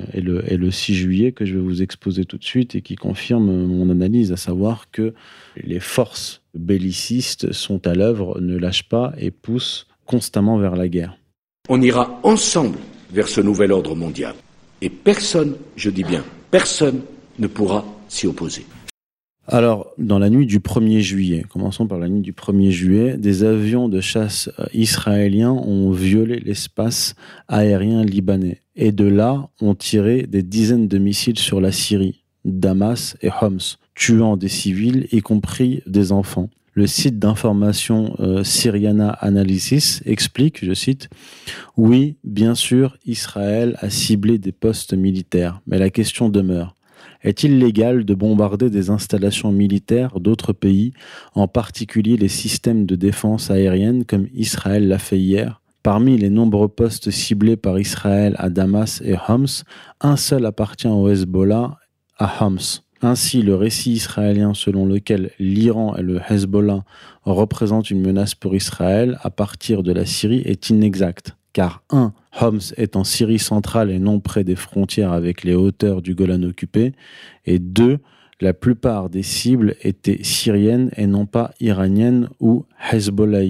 le 6 juillet, que je vais vous exposer tout de suite et qui confirment mon analyse, à savoir que les forces bellicistes sont à l'œuvre, ne lâchent pas et poussent constamment vers la guerre. On ira ensemble vers ce nouvel ordre mondial. Et personne, je dis bien, personne ne pourra s'y opposer. Alors, dans la nuit du 1er juillet, commençons par la nuit du 1er juillet, des avions de chasse israéliens ont violé l'espace aérien libanais et de là ont tiré des dizaines de missiles sur la Syrie, Damas et Homs, tuant des civils, y compris des enfants. Le site d'information Syriana Analysis explique, je cite, « Oui, bien sûr, Israël a ciblé des postes militaires, mais la question demeure. Est-il légal de bombarder des installations militaires d'autres pays, en particulier les systèmes de défense aérienne comme Israël l'a fait hier ? Parmi les nombreux postes ciblés par Israël à Damas et Homs, un seul appartient au Hezbollah à Homs. Ainsi, le récit israélien selon lequel l'Iran et le Hezbollah représentent une menace pour Israël à partir de la Syrie est inexact. Car 1. Homs est en Syrie centrale et non près des frontières avec les hauteurs du Golan occupé, et 2. La plupart des cibles étaient syriennes et non pas iraniennes ou hezbollahies.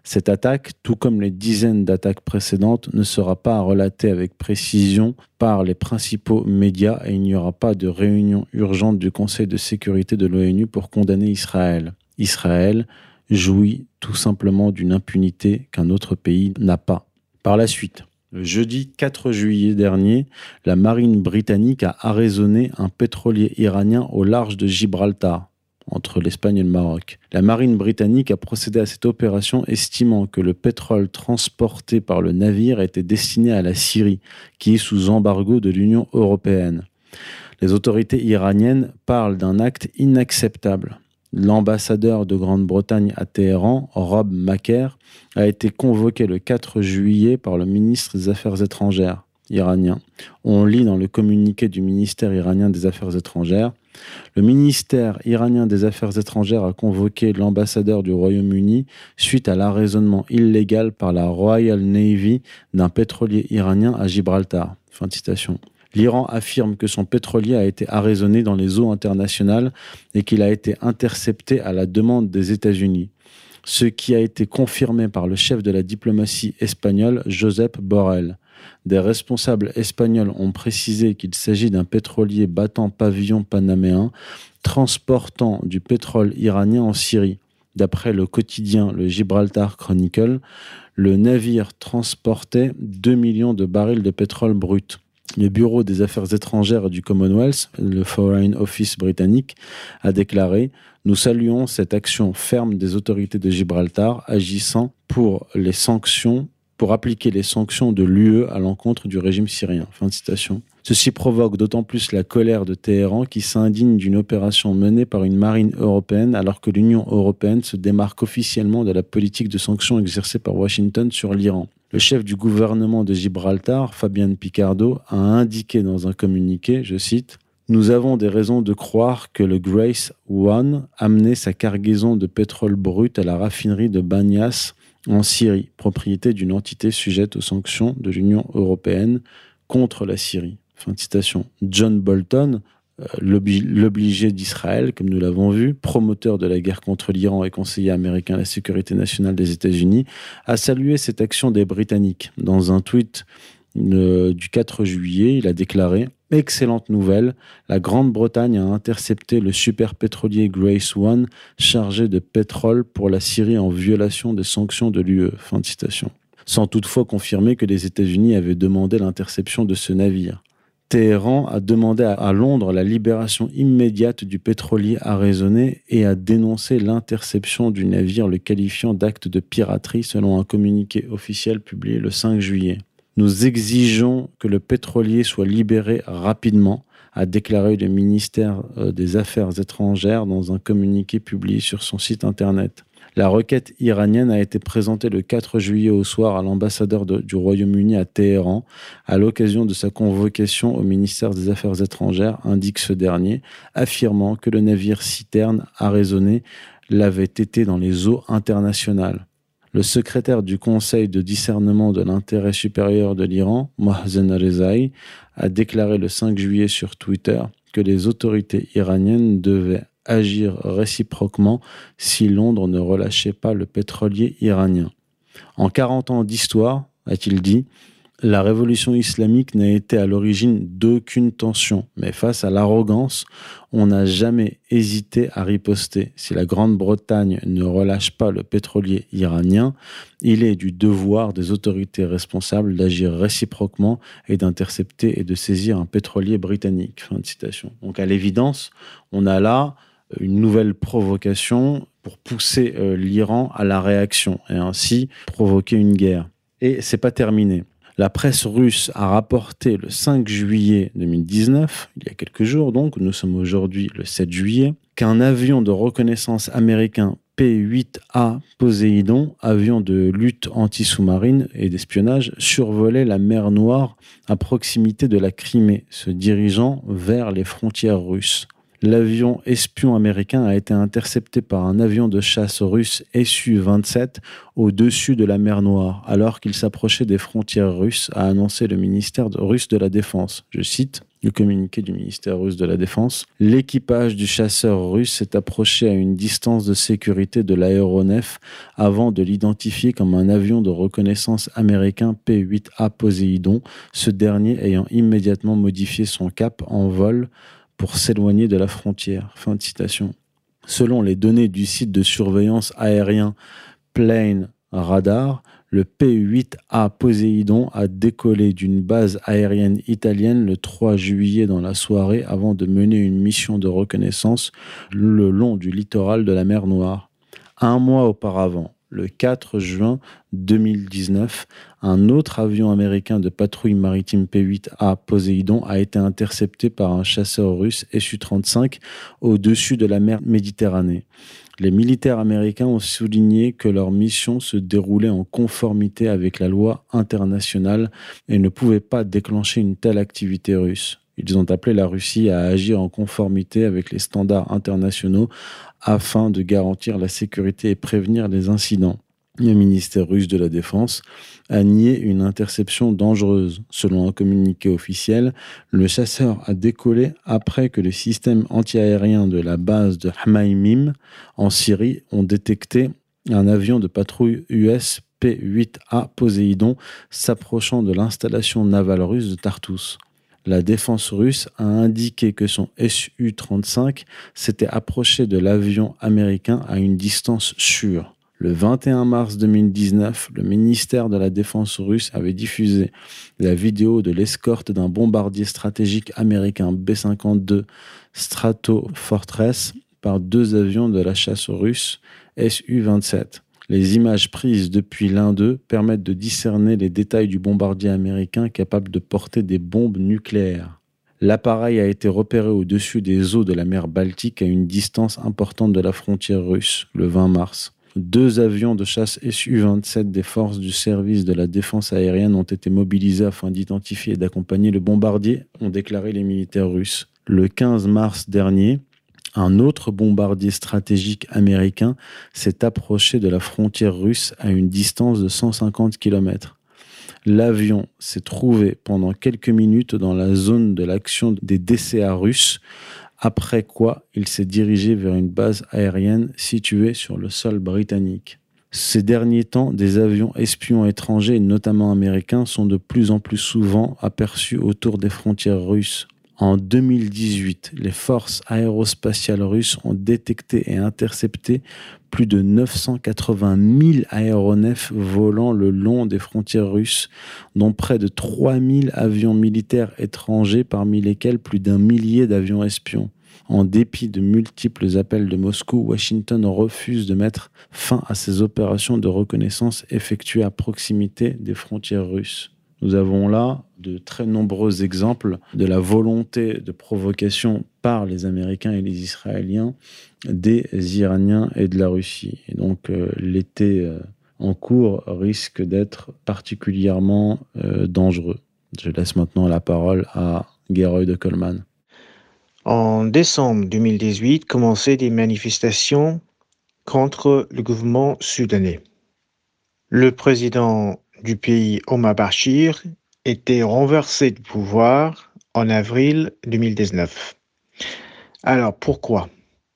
Cette attaque, tout comme les dizaines d'attaques précédentes, ne sera pas relatée avec précision par les principaux médias et il n'y aura pas de réunion urgente du Conseil de sécurité de l'ONU pour condamner Israël. Israël jouit tout simplement d'une impunité qu'un autre pays n'a pas. Par la suite, le jeudi 4 juillet dernier, la marine britannique a arraisonné un pétrolier iranien au large de Gibraltar, entre l'Espagne et le Maroc. La marine britannique a procédé à cette opération estimant que le pétrole transporté par le navire était destiné à la Syrie, qui est sous embargo de l'Union européenne. Les autorités iraniennes parlent d'un acte inacceptable. L'ambassadeur de Grande-Bretagne à Téhéran, Rob Maker, a été convoqué le 4 juillet par le ministre des Affaires étrangères iranien. On lit dans le communiqué du ministère iranien des Affaires étrangères: le ministère iranien des Affaires étrangères a convoqué l'ambassadeur du Royaume-Uni suite à l'arraisonnement illégal par la Royal Navy d'un pétrolier iranien à Gibraltar. Fin de citation. L'Iran affirme que son pétrolier a été arraisonné dans les eaux internationales et qu'il a été intercepté à la demande des États-Unis, ce qui a été confirmé par le chef de la diplomatie espagnole, Josep Borrell. Des responsables espagnols ont précisé qu'il s'agit d'un pétrolier battant pavillon panaméen transportant du pétrole iranien en Syrie. D'après le quotidien le Gibraltar Chronicle, le navire transportait 2 millions de barils de pétrole brut. Le Bureau des Affaires étrangères du Commonwealth, le Foreign Office britannique, a déclaré « Nous saluons cette action ferme des autorités de Gibraltar agissant pour appliquer les sanctions de l'UE à l'encontre du régime syrien. » Fin de citation. Ceci provoque d'autant plus la colère de Téhéran qui s'indigne d'une opération menée par une marine européenne alors que l'Union européenne se démarque officiellement de la politique de sanctions exercée par Washington sur l'Iran. Le chef du gouvernement de Gibraltar, Fabian Picardo, a indiqué dans un communiqué, je cite, « Nous avons des raisons de croire que le Grace One amenait sa cargaison de pétrole brut à la raffinerie de Banias en Syrie, propriété d'une entité sujette aux sanctions de l'Union européenne contre la Syrie. » Fin de citation. John Bolton, l'obligé d'Israël, comme nous l'avons vu, promoteur de la guerre contre l'Iran et conseiller américain à la sécurité nationale des États-Unis, a salué cette action des Britanniques. Dans un tweet du 4 juillet, il a déclaré « Excellente nouvelle, la Grande-Bretagne a intercepté le superpétrolier Grace One chargé de pétrole pour la Syrie en violation des sanctions de l'UE. » Fin de citation. Sans toutefois confirmer que les États-Unis avaient demandé l'interception de ce navire. Téhéran a demandé à Londres la libération immédiate du pétrolier arraisonné et a dénoncé l'interception du navire, le qualifiant d'acte de piraterie selon un communiqué officiel publié le 5 juillet. Nous exigeons que le pétrolier soit libéré rapidement, a déclaré le ministère des Affaires étrangères dans un communiqué publié sur son site internet. La requête iranienne a été présentée le 4 juillet au soir à l'ambassadeur du Royaume-Uni à Téhéran à l'occasion de sa convocation au ministère des Affaires étrangères, indique ce dernier, affirmant que le navire citerne arraisonné l'avait été dans les eaux internationales. Le secrétaire du Conseil de discernement de l'intérêt supérieur de l'Iran, Mohsen Rezaei, a déclaré le 5 juillet sur Twitter que les autorités iraniennes devaient agir réciproquement si Londres ne relâchait pas le pétrolier iranien. En 40 ans d'histoire, a-t-il dit, la révolution islamique n'a été à l'origine d'aucune tension, mais face à l'arrogance, on n'a jamais hésité à riposter. Si la Grande-Bretagne ne relâche pas le pétrolier iranien, il est du devoir des autorités responsables d'agir réciproquement et d'intercepter et de saisir un pétrolier britannique. Fin de citation. Donc à l'évidence, on a là une nouvelle provocation pour pousser l'Iran à la réaction et ainsi provoquer une guerre. Et c'est pas terminé. La presse russe a rapporté le 5 juillet 2019, il y a quelques jours donc, nous sommes aujourd'hui le 7 juillet, qu'un avion de reconnaissance américain P-8A Poséidon, avion de lutte anti-sous-marine et d'espionnage, survolait la mer Noire à proximité de la Crimée, se dirigeant vers les frontières russes. L'avion espion américain a été intercepté par un avion de chasse russe Su-27 au-dessus de la mer Noire, alors qu'il s'approchait des frontières russes, a annoncé le ministère russe de la Défense. Je cite, « Le communiqué du ministère russe de la Défense. L'équipage du chasseur russe s'est approché à une distance de sécurité de l'aéronef avant de l'identifier comme un avion de reconnaissance américain P-8A Poséidon, ce dernier ayant immédiatement modifié son cap en vol pour s'éloigner de la frontière. Fin de citation. Selon les données du site de surveillance aérien Plane Radar, le P-8A Poséidon a décollé d'une base aérienne italienne le 3 juillet dans la soirée avant de mener une mission de reconnaissance le long du littoral de la mer Noire. Un mois auparavant, le 4 juin 2019, un autre avion américain de patrouille maritime P-8A Poséidon a été intercepté par un chasseur russe Su-35 au-dessus de la mer Méditerranée. Les militaires américains ont souligné que leur mission se déroulait en conformité avec la loi internationale et ne pouvait pas déclencher une telle activité russe. Ils ont appelé la Russie à agir en conformité avec les standards internationaux afin de garantir la sécurité et prévenir les incidents. Le ministère russe de la Défense a nié une interception dangereuse. Selon un communiqué officiel, le chasseur a décollé après que le système antiaérien de la base de Hmaïmim en Syrie ont détecté un avion de patrouille US P-8A Poséidon s'approchant de l'installation navale russe de Tartous. La défense russe a indiqué que son Su-35 s'était approché de l'avion américain à une distance sûre. Le 21 mars 2019, le ministère de la Défense russe avait diffusé la vidéo de l'escorte d'un bombardier stratégique américain B-52 Stratofortress par 2 avions de la chasse russe Su-27. Les images prises depuis l'un d'eux permettent de discerner les détails du bombardier américain capable de porter des bombes nucléaires. L'appareil a été repéré au-dessus des eaux de la mer Baltique à une distance importante de la frontière russe, le 20 mars. 2 avions de chasse Su-27 des forces du service de la défense aérienne ont été mobilisés afin d'identifier et d'accompagner le bombardier, ont déclaré les militaires russes. Le 15 mars dernier, un autre bombardier stratégique américain s'est approché de la frontière russe à une distance de 150 km. L'avion s'est trouvé pendant quelques minutes dans la zone de l'action des DCA russes, après quoi il s'est dirigé vers une base aérienne située sur le sol britannique. Ces derniers temps, des avions espions étrangers, notamment américains, sont de plus en plus souvent aperçus autour des frontières russes. En 2018, les forces aérospatiales russes ont détecté et intercepté plus de 980 000 aéronefs volant le long des frontières russes, dont près de 3 000 avions militaires étrangers, parmi lesquels plus d'1 millier d'avions espions. En dépit de multiples appels de Moscou, Washington refuse de mettre fin à ces opérations de reconnaissance effectuées à proximité des frontières russes. Nous avons là de très nombreux exemples de la volonté de provocation par les Américains et les Israéliens des Iraniens et de la Russie. Et donc l'été en cours risque d'être particulièrement dangereux. Je laisse maintenant la parole à Geroy de Coleman. En décembre 2018, commençaient des manifestations contre le gouvernement soudanais. Le président du pays, Omar Bashir, était renversé du pouvoir en avril 2019. Alors, pourquoi ?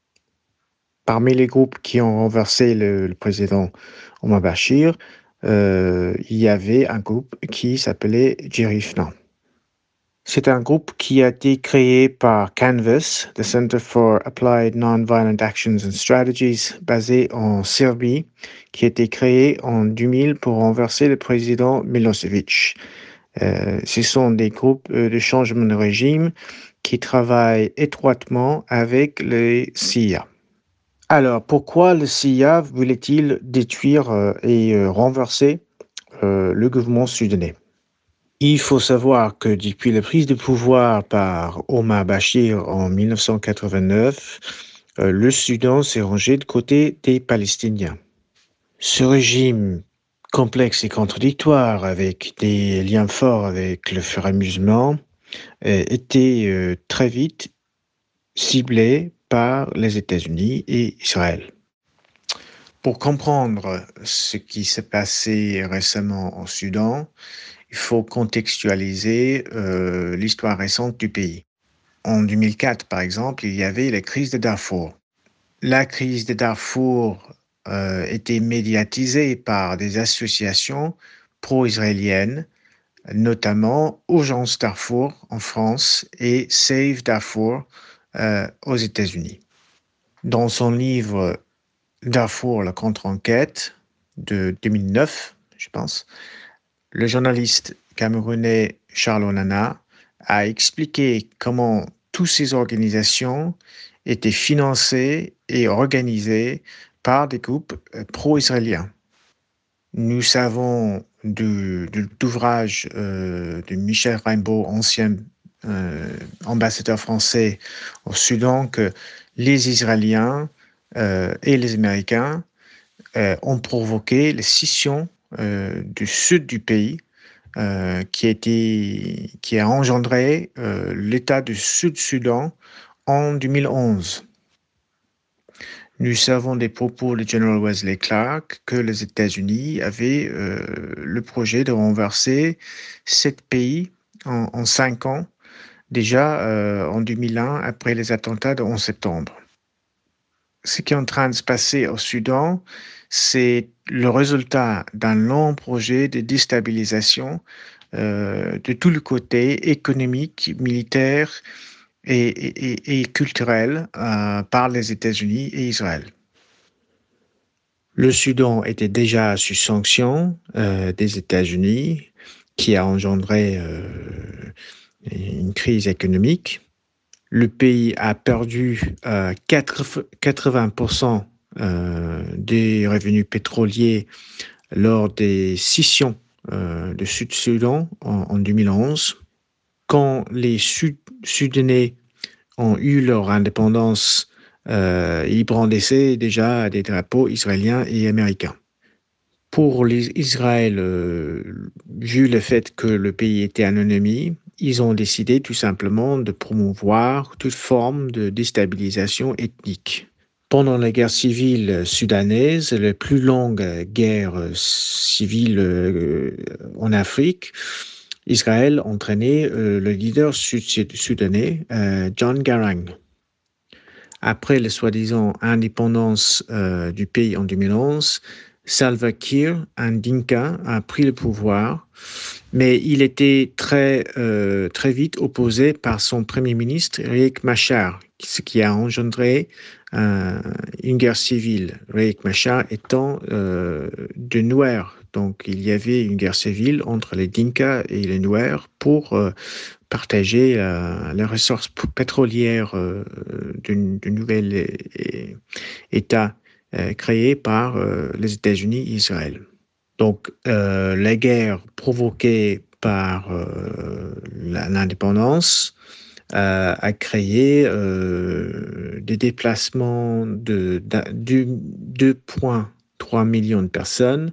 Parmi les groupes qui ont renversé le président Omar Bashir, il y avait un groupe qui s'appelait Jirifna. C'est un groupe qui a été créé par Canvas, the Center for Applied Nonviolent Actions and Strategies, basé en Serbie, qui a été créé en 2000 pour renverser le président Milosevic. Ce sont des groupes de changement de régime qui travaillent étroitement avec les CIA. Alors, pourquoi le CIA voulait-il détruire et renverser le gouvernement soudanais ? Il faut savoir que depuis la prise de pouvoir par Omar Bashir en 1989, le Soudan s'est rangé de côté des Palestiniens. Ce régime complexe et contradictoire, avec des liens forts avec le Frère musulman, était très vite ciblé par les États-Unis et Israël. Pour comprendre ce qui s'est passé récemment au Soudan, il faut contextualiser l'histoire récente du pays. En 2004, par exemple, il y avait la crise de Darfour. La crise de Darfour était médiatisée par des associations pro-israéliennes, notamment Urgence Darfour en France et Save Darfour aux États-Unis. Dans son livre Darfour, la contre-enquête de 2009, je pense, le journaliste camerounais Charles Onana a expliqué comment toutes ces organisations étaient financées et organisées par des groupes pro-israéliens. Nous savons de l'ouvrage de Michel Rimbaud, ancien ambassadeur français au Soudan, que les Israéliens et les Américains ont provoqué la scission du sud du pays, qui a engendré l'État du Sud-Soudan en 2011. Nous savons des propos de General Wesley Clark que les États-Unis avaient le projet de renverser 7 pays en 5 ans, déjà en 2001, après les attentats de 11 septembre. Ce qui est en train de se passer au Soudan, c'est le résultat d'un long projet de déstabilisation de tout le côté économique, militaire et culturel par les États-Unis et Israël. Le Soudan était déjà sous sanction des États-Unis, qui a engendré une crise économique. Le pays a perdu 80% des revenus pétroliers lors des scissions de Sud-Soudan en 2011. Quand les Soudanais ont eu leur indépendance, ils brandissaient déjà des drapeaux israéliens et américains. Pour Israël, vu le fait que le pays était un ennemi, ils ont décidé tout simplement de promouvoir toute forme de déstabilisation ethnique. Pendant la guerre civile soudanaise, la plus longue guerre civile en Afrique, Israël entraînait le leader soudanais, John Garang. Après la soi-disant indépendance du pays en 2011, Salva Kiir, un Dinka, a pris le pouvoir, mais il était très vite opposé par son premier ministre, Riek Machar, ce qui a engendré une guerre civile. Riek Machar étant de Nuer. Donc, il y avait une guerre civile entre les Dinka et les Nuer pour partager les ressources pétrolières du nouvel État créé par les États-Unis et Israël. Donc, la guerre provoquée par l'indépendance a créé des déplacements de 2,3 millions de personnes.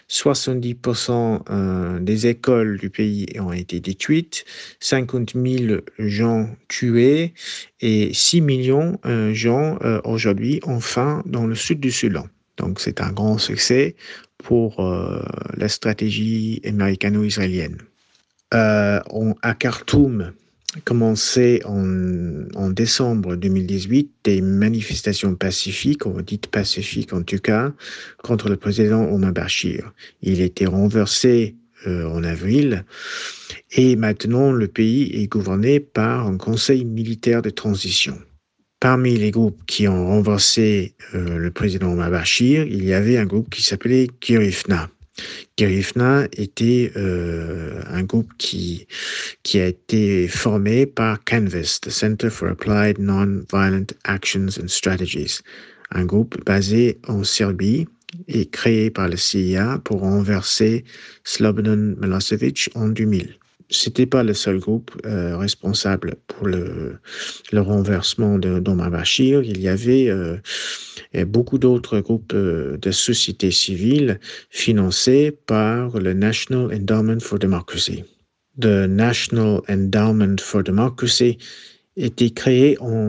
70% des écoles du pays ont été détruites, 50 000 gens tués et 6 millions de gens aujourd'hui ont faim dans le sud du Soudan. Donc c'est un grand succès pour la stratégie américano-israélienne. À Khartoum, commencé en décembre 2018 des manifestations pacifiques, on dit pacifiques en tout cas, contre le président Omar Bashir. Il était renversé en avril et maintenant le pays est gouverné par un conseil militaire de transition. Parmi les groupes qui ont renversé le président Omar Bashir, il y avait un groupe qui s'appelait Girifna. Girifna était un groupe qui a été formé par Canvas, the Center for Applied Non-Violent Actions and Strategies, un groupe basé en Serbie et créé par la CIA pour renverser Slobodan Milosevic en 2000. C'était pas le seul groupe responsable pour le renversement d'Omar Bashir. Il y avait beaucoup d'autres groupes de société civile financés par le National Endowment for Democracy. The National Endowment for Democracy était créé en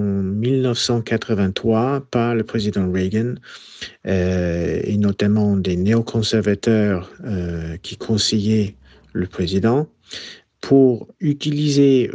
1983 par le président Reagan et notamment des néoconservateurs qui conseillaient le président, pour utiliser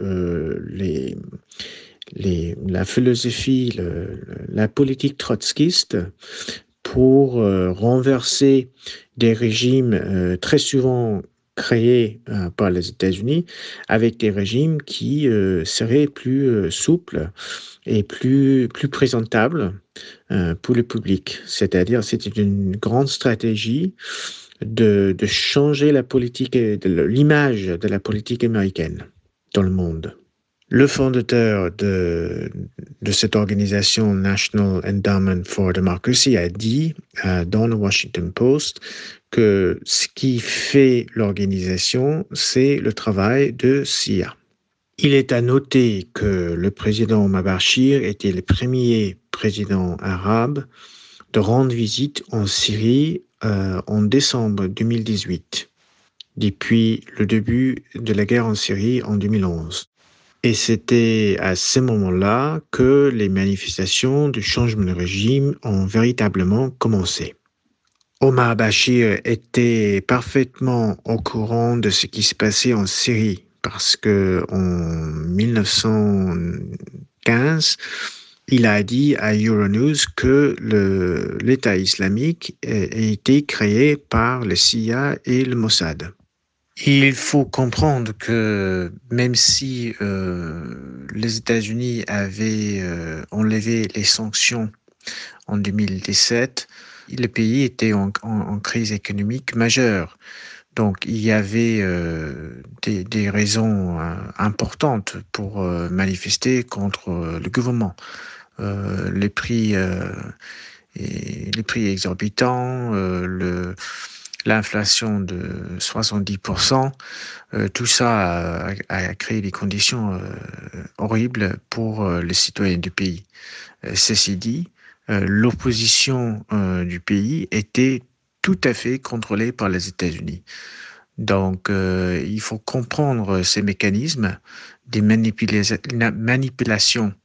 la philosophie, la politique trotskiste pour renverser des régimes très souvent créés par les États-Unis avec des régimes qui seraient plus souples et plus présentables pour le public. C'est-à-dire, c'était une grande stratégie de changer la politique, l'image de la politique américaine dans le monde. Le fondateur de cette organisation, National Endowment for Democracy, a dit dans le Washington Post que ce qui fait l'organisation, c'est le travail de CIA. Il est à noter que le président Omar Bashir était le premier président arabe de rendre visite en Syrie en décembre 2018, depuis le début de la guerre en Syrie en 2011. Et c'était à ce moment-là que les manifestations de changement de régime ont véritablement commencé. Omar Bashir était parfaitement au courant de ce qui se passait en Syrie parce que en 1915, il a dit à Euronews que l'État islamique a été créé par le CIA et le Mossad. Il faut comprendre que même si les États-Unis avaient enlevé les sanctions en 2017, le pays était en crise économique majeure. Donc il y avait des raisons importantes pour manifester contre le gouvernement. Les prix exorbitants, l'inflation de 70%, tout ça a créé des conditions horribles pour les citoyens du pays. Ceci dit, l'opposition du pays était tout à fait contrôlée par les États-Unis. Donc, il faut comprendre ces mécanismes des manipulations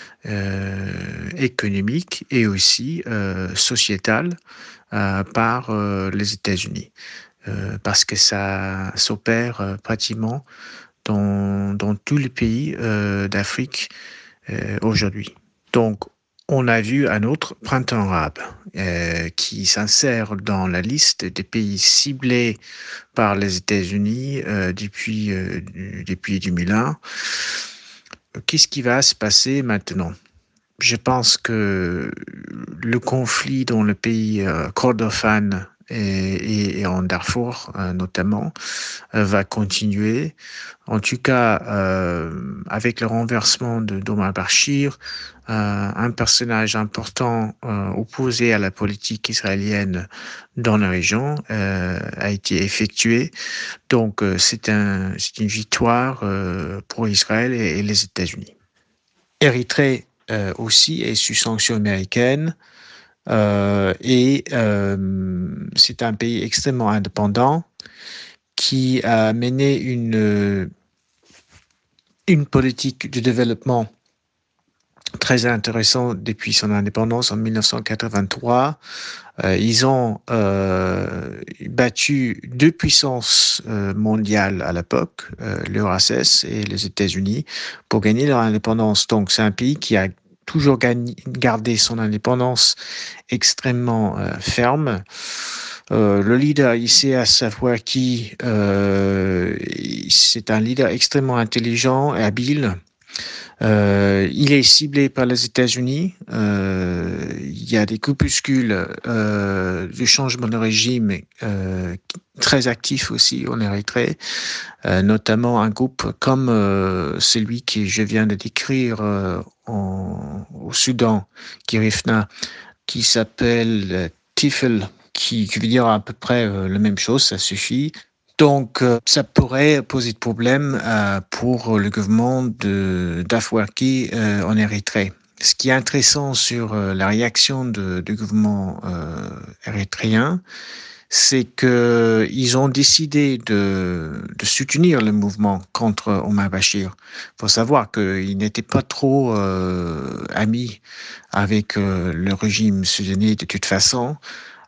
économiques et aussi sociétales par les États-Unis, parce que ça s'opère pratiquement dans tous les pays d'Afrique aujourd'hui. Donc, on a vu un autre printemps arabe qui s'insère dans la liste des pays ciblés par les États-Unis depuis 2001. Qu'est-ce qui va se passer maintenant ? Je pense que le conflit dans le pays kordofane et en Darfour notamment va continuer. En tout cas, avec le renversement d'Omar Bashir, un personnage important opposé à la politique israélienne dans la région a été effectué. Donc, c'est une victoire pour Israël et les États-Unis. Érythrée aussi est sous sanction américaine et c'est un pays extrêmement indépendant qui a mené une politique de développement très intéressante depuis son indépendance en 1983. Ils ont battu deux puissances mondiales à l'époque, l'URSS et les États-Unis, pour gagner leur indépendance. Donc c'est un pays qui a toujours gardé son indépendance extrêmement ferme. Le leader Isaias Afwerki, c'est un leader extrêmement intelligent et habile. Il est ciblé par les États-Unis. Il y a des groupuscules de changement de régime très actifs aussi en Érythrée, notamment un groupe comme celui que je viens de décrire au Soudan, Kirifna, qui s'appelle Tifel, qui veut dire à peu près la même chose, ça suffit. Donc, ça pourrait poser de problème pour le gouvernement d'Afwerki en Érythrée. Ce qui est intéressant sur la réaction du gouvernement érythréen, c'est qu'ils ont décidé de soutenir le mouvement contre Omar Bashir. Il faut savoir qu'ils n'étaient pas trop amis avec le régime soudanais de toute façon,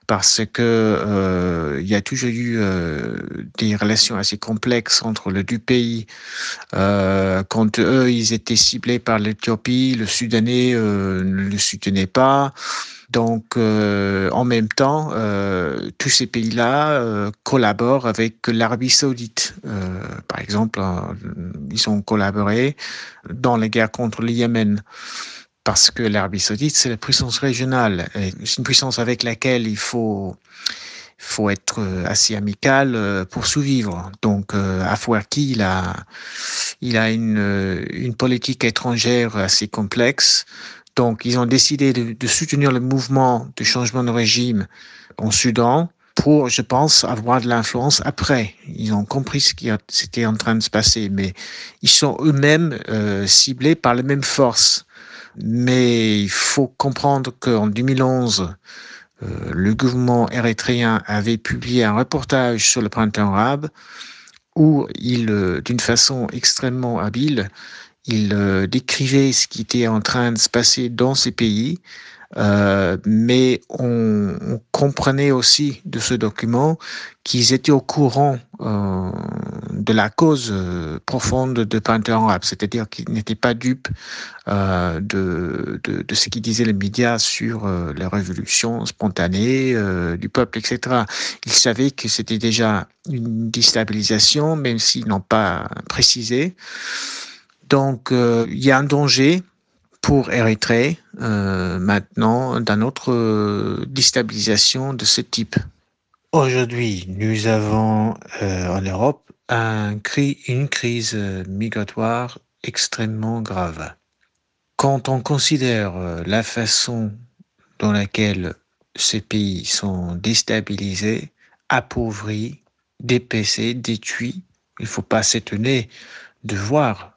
parce que il y a toujours eu des relations assez complexes entre les deux pays. Quand eux, ils étaient ciblés par l'Éthiopie, le Soudanais ne le soutenait pas. Donc, en même temps, tous ces pays-là collaborent avec l'Arabie Saoudite. Par exemple, ils ont collaboré dans la guerre contre le Yémen. Parce que l'Arabie Saoudite, c'est la puissance régionale. Et c'est une puissance avec laquelle il faut être assez amical pour survivre. Donc, Afwerki, il a une politique étrangère assez complexe. Donc, ils ont décidé de soutenir le mouvement de changement de régime en Soudan pour, je pense, avoir de l'influence après. Ils ont compris ce qui s'était en train de se passer, mais ils sont eux-mêmes ciblés par les mêmes forces. Mais il faut comprendre qu'en 2011, le gouvernement érythréen avait publié un reportage sur le printemps arabe où d'une façon extrêmement habile, il décrivait ce qui était en train de se passer dans ces pays, mais on comprenait aussi de ce document qu'ils étaient au courant de la cause profonde de printemps arabe, c'est-à-dire qu'ils n'étaient pas dupes de ce qu'ils disaient les médias sur la révolution spontanée du peuple, etc. Ils savaient que c'était déjà une déstabilisation, même s'ils n'ont pas précisé. Donc, il y a un danger pour Érythrée maintenant d'une autre déstabilisation de ce type. Aujourd'hui, nous avons en Europe une crise migratoire extrêmement grave. Quand on considère la façon dans laquelle ces pays sont déstabilisés, appauvris, dépecés, détruits, il ne faut pas s'étonner de voir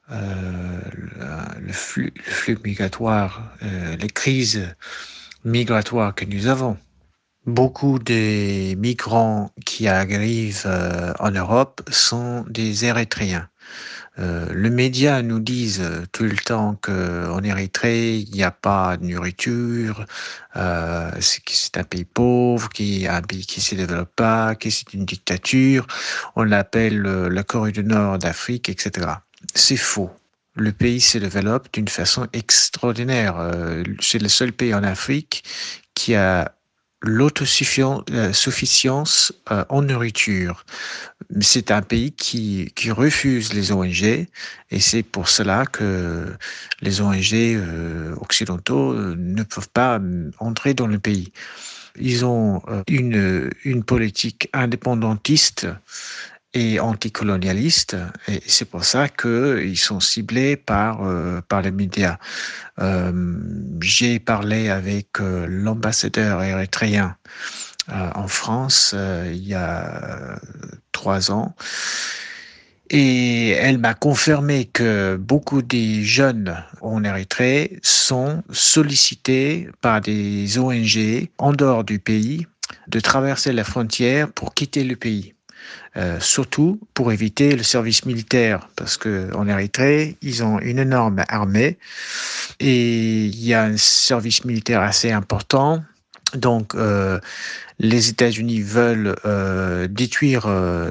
le flux migratoire, les crises migratoires que nous avons. Beaucoup des migrants qui arrivent en Europe sont des Érythréens. Les médias nous disent tout le temps qu'en Érythrée, il n'y a pas de nourriture, c'est un pays pauvre, un pays qui ne se développe pas, que c'est une dictature. On l'appelle la Corée du Nord d'Afrique, etc. C'est faux. Le pays se développe d'une façon extraordinaire. C'est le seul pays en Afrique qui a l'autosuffisance en nourriture. C'est un pays qui refuse les ONG et c'est pour cela que les ONG occidentaux ne peuvent pas entrer dans le pays. Ils ont une politique indépendantiste et anticolonialiste, et c'est pour ça qu'ils sont ciblés par les médias. J'ai parlé avec l'ambassadeur érythréen en France il y a 3 ans, et elle m'a confirmé que beaucoup des jeunes en Érythrée sont sollicités par des ONG en dehors du pays de traverser la frontière pour quitter le pays. Surtout pour éviter le service militaire, parce qu'en Érythrée, ils ont une énorme armée et il y a un service militaire assez important. Donc, les États-Unis veulent détruire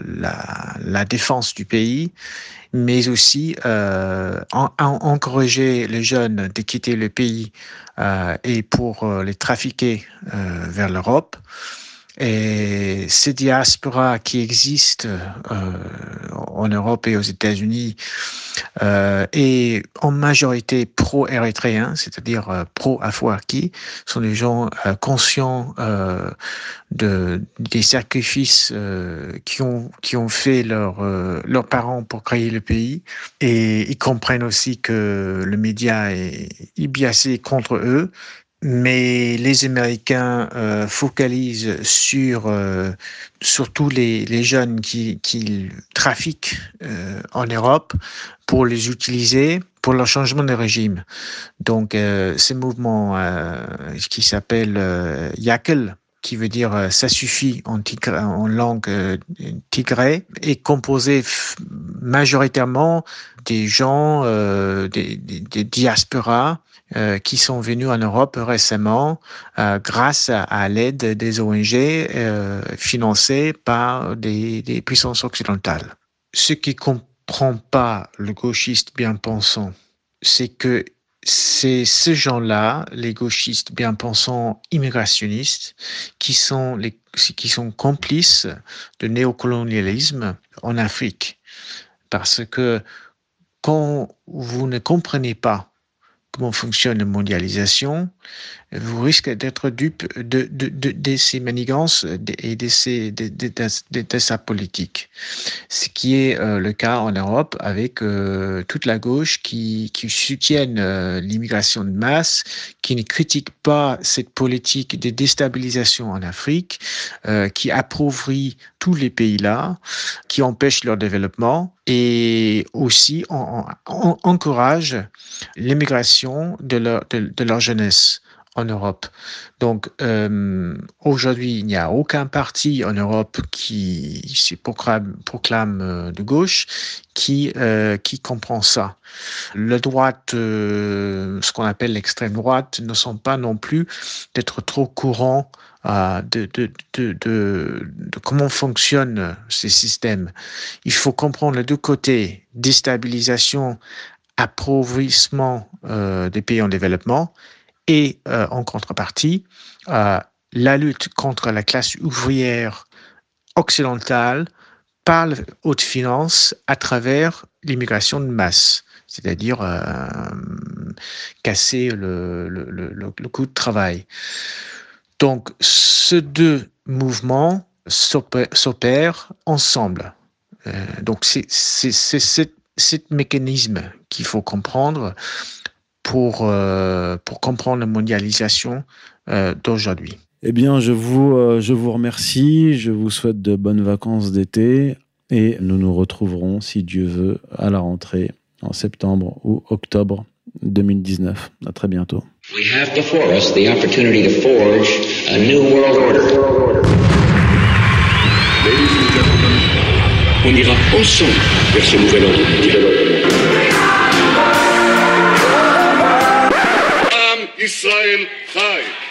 la défense du pays, mais aussi encourager les jeunes de quitter le pays et pour les trafiquer vers l'Europe. Et ces diasporas qui existent en Europe et aux États-Unis et en majorité pro-érythréens, c'est-à-dire pro-Afwerki, sont des gens conscients des sacrifices qui ont fait leurs parents pour créer le pays, et ils comprennent aussi que le média est biaisé contre eux. Mais les Américains focalisent surtout les jeunes qui trafiquent en Europe pour les utiliser pour leur changement de régime. Donc, ce mouvement qui s'appelle YAKL, qui veut dire ça suffit en langue tigrée, est composé majoritairement des gens des diasporas qui sont venus en Europe récemment grâce à l'aide des ONG financées par des puissances occidentales. Ce qui comprend pas le gauchiste bien pensant, c'est que c'est ces gens-là, les gauchistes bien pensants immigrationnistes, qui sont complices de néocolonialisme en Afrique. Parce que quand vous ne comprenez pas comment fonctionne la mondialisation, vous risquez d'être dupe de ces manigances et de sa politique. Ce qui est le cas en Europe avec toute la gauche qui soutiennent l'immigration de masse, qui ne critique pas cette politique de déstabilisation en Afrique, qui appauvrit tous les pays-là, qui empêche leur développement et aussi encourage l'immigration de leur jeunesse en Europe. Donc, aujourd'hui, il n'y a aucun parti en Europe qui se proclame de gauche qui comprend ça. La droite, ce qu'on appelle l'extrême droite, ne sont pas non plus d'être trop courant de comment fonctionnent ces systèmes. Il faut comprendre les deux côtés, déstabilisation, appauvrissement des pays en développement et en contrepartie, la lutte contre la classe ouvrière occidentale par la haute finance à travers l'immigration de masse, c'est-à-dire casser le coût de travail. Donc, ces deux mouvements s'opèrent ensemble. Donc, c'est ce mécanisme qu'il faut comprendre pour comprendre la mondialisation d'aujourd'hui. Eh bien, je vous remercie, je vous souhaite de bonnes vacances d'été et nous nous retrouverons, si Dieu veut, à la rentrée en septembre ou octobre 2019. À très bientôt. We have before us the opportunity to forge a new world order. Ladies and gentlemen, on ira ensemble vers ce nouvel ordre mondial. Israël Chai.